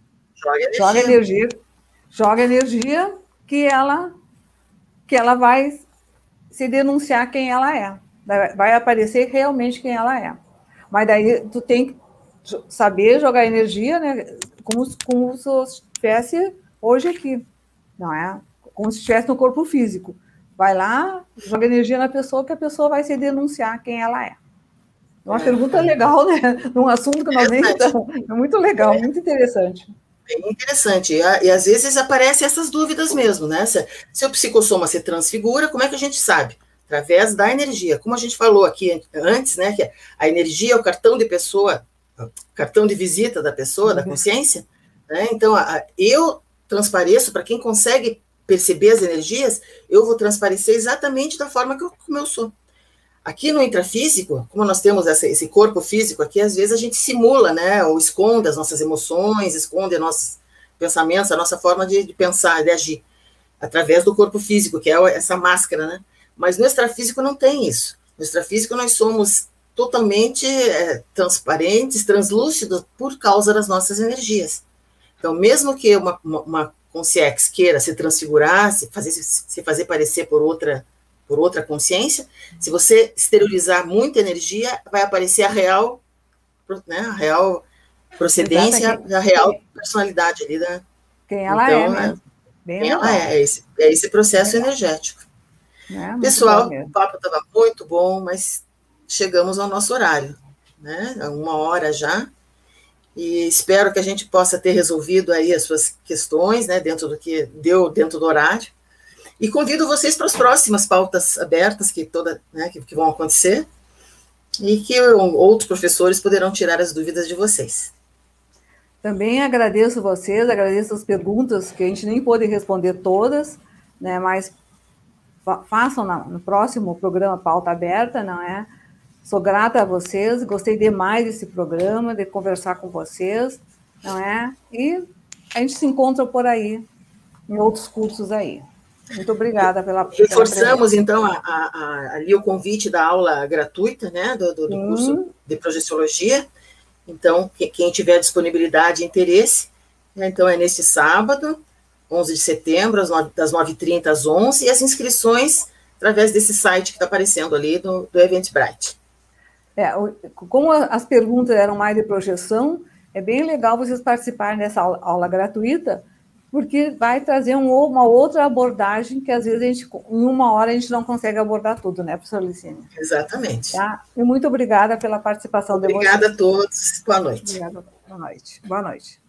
Joga energia que ela vai se denunciar quem ela é. Vai aparecer realmente quem ela é. Mas daí tu tem que saber jogar energia, né? Como se estivesse hoje aqui, não é? Como se estivesse no corpo físico. Vai lá, joga energia na pessoa, que a pessoa vai se denunciar quem ela é. Uma pergunta legal, né? Num assunto que nós nem estamos. É muito legal, muito interessante. Bem interessante. E às vezes aparecem essas dúvidas mesmo, né? Se o psicossoma se transfigura, como é que a gente sabe? Através da energia. Como a gente falou aqui antes, né? Que a energia é o cartão de pessoa, cartão de visita da pessoa, da consciência. Né? Então, eu transpareço, para quem consegue perceber as energias, eu vou transparecer exatamente da forma como eu sou. Aqui no intrafísico, como nós temos esse corpo físico aqui, às vezes a gente simula, né, ou esconde as nossas emoções, esconde nossos pensamentos, a nossa forma de pensar, de agir, através do corpo físico, que é essa máscara, né? Mas no extrafísico não tem isso. No extrafísico nós somos totalmente transparentes, translúcidos, por causa das nossas energias. Então, mesmo que uma consciência queira se transfigurar, se fazer parecer por outra consciência, se você exteriorizar muita energia, vai aparecer a real, né, a real procedência, a real personalidade ali da... Quem ela é, né? Quem ela é esse processo energético. Pessoal, o papo estava muito bom, mas chegamos ao nosso horário, né? 1 hora já. e espero que a gente possa ter resolvido aí as suas questões, né, dentro do que deu, dentro do horário. E convido vocês para as próximas pautas abertas que vão acontecer e que outros professores poderão tirar as dúvidas de vocês. Também agradeço vocês, agradeço as perguntas, que a gente nem pôde responder todas, né, mas façam no próximo programa Pauta Aberta, não é? Sou grata a vocês, gostei demais desse programa, de conversar com vocês, não é? E a gente se encontra por aí, em outros cursos aí. Muito obrigada pela Reforçamos, então, ali o convite da aula gratuita, né, do curso de projeciologia. Então, quem tiver disponibilidade e interesse, né, então é neste sábado, 11 de setembro, das 9h30 às 11h, e as inscrições através desse site que está aparecendo ali do Eventbrite. Como as perguntas eram mais de projeção, é bem legal vocês participarem dessa aula gratuita, porque vai trazer uma outra abordagem que, às vezes, em uma hora a gente não consegue abordar tudo, né, professora Licínia? Exatamente. Tá? E muito obrigada pela participação de vocês. Obrigada a todos. Boa noite. Obrigada. Boa noite. Boa noite.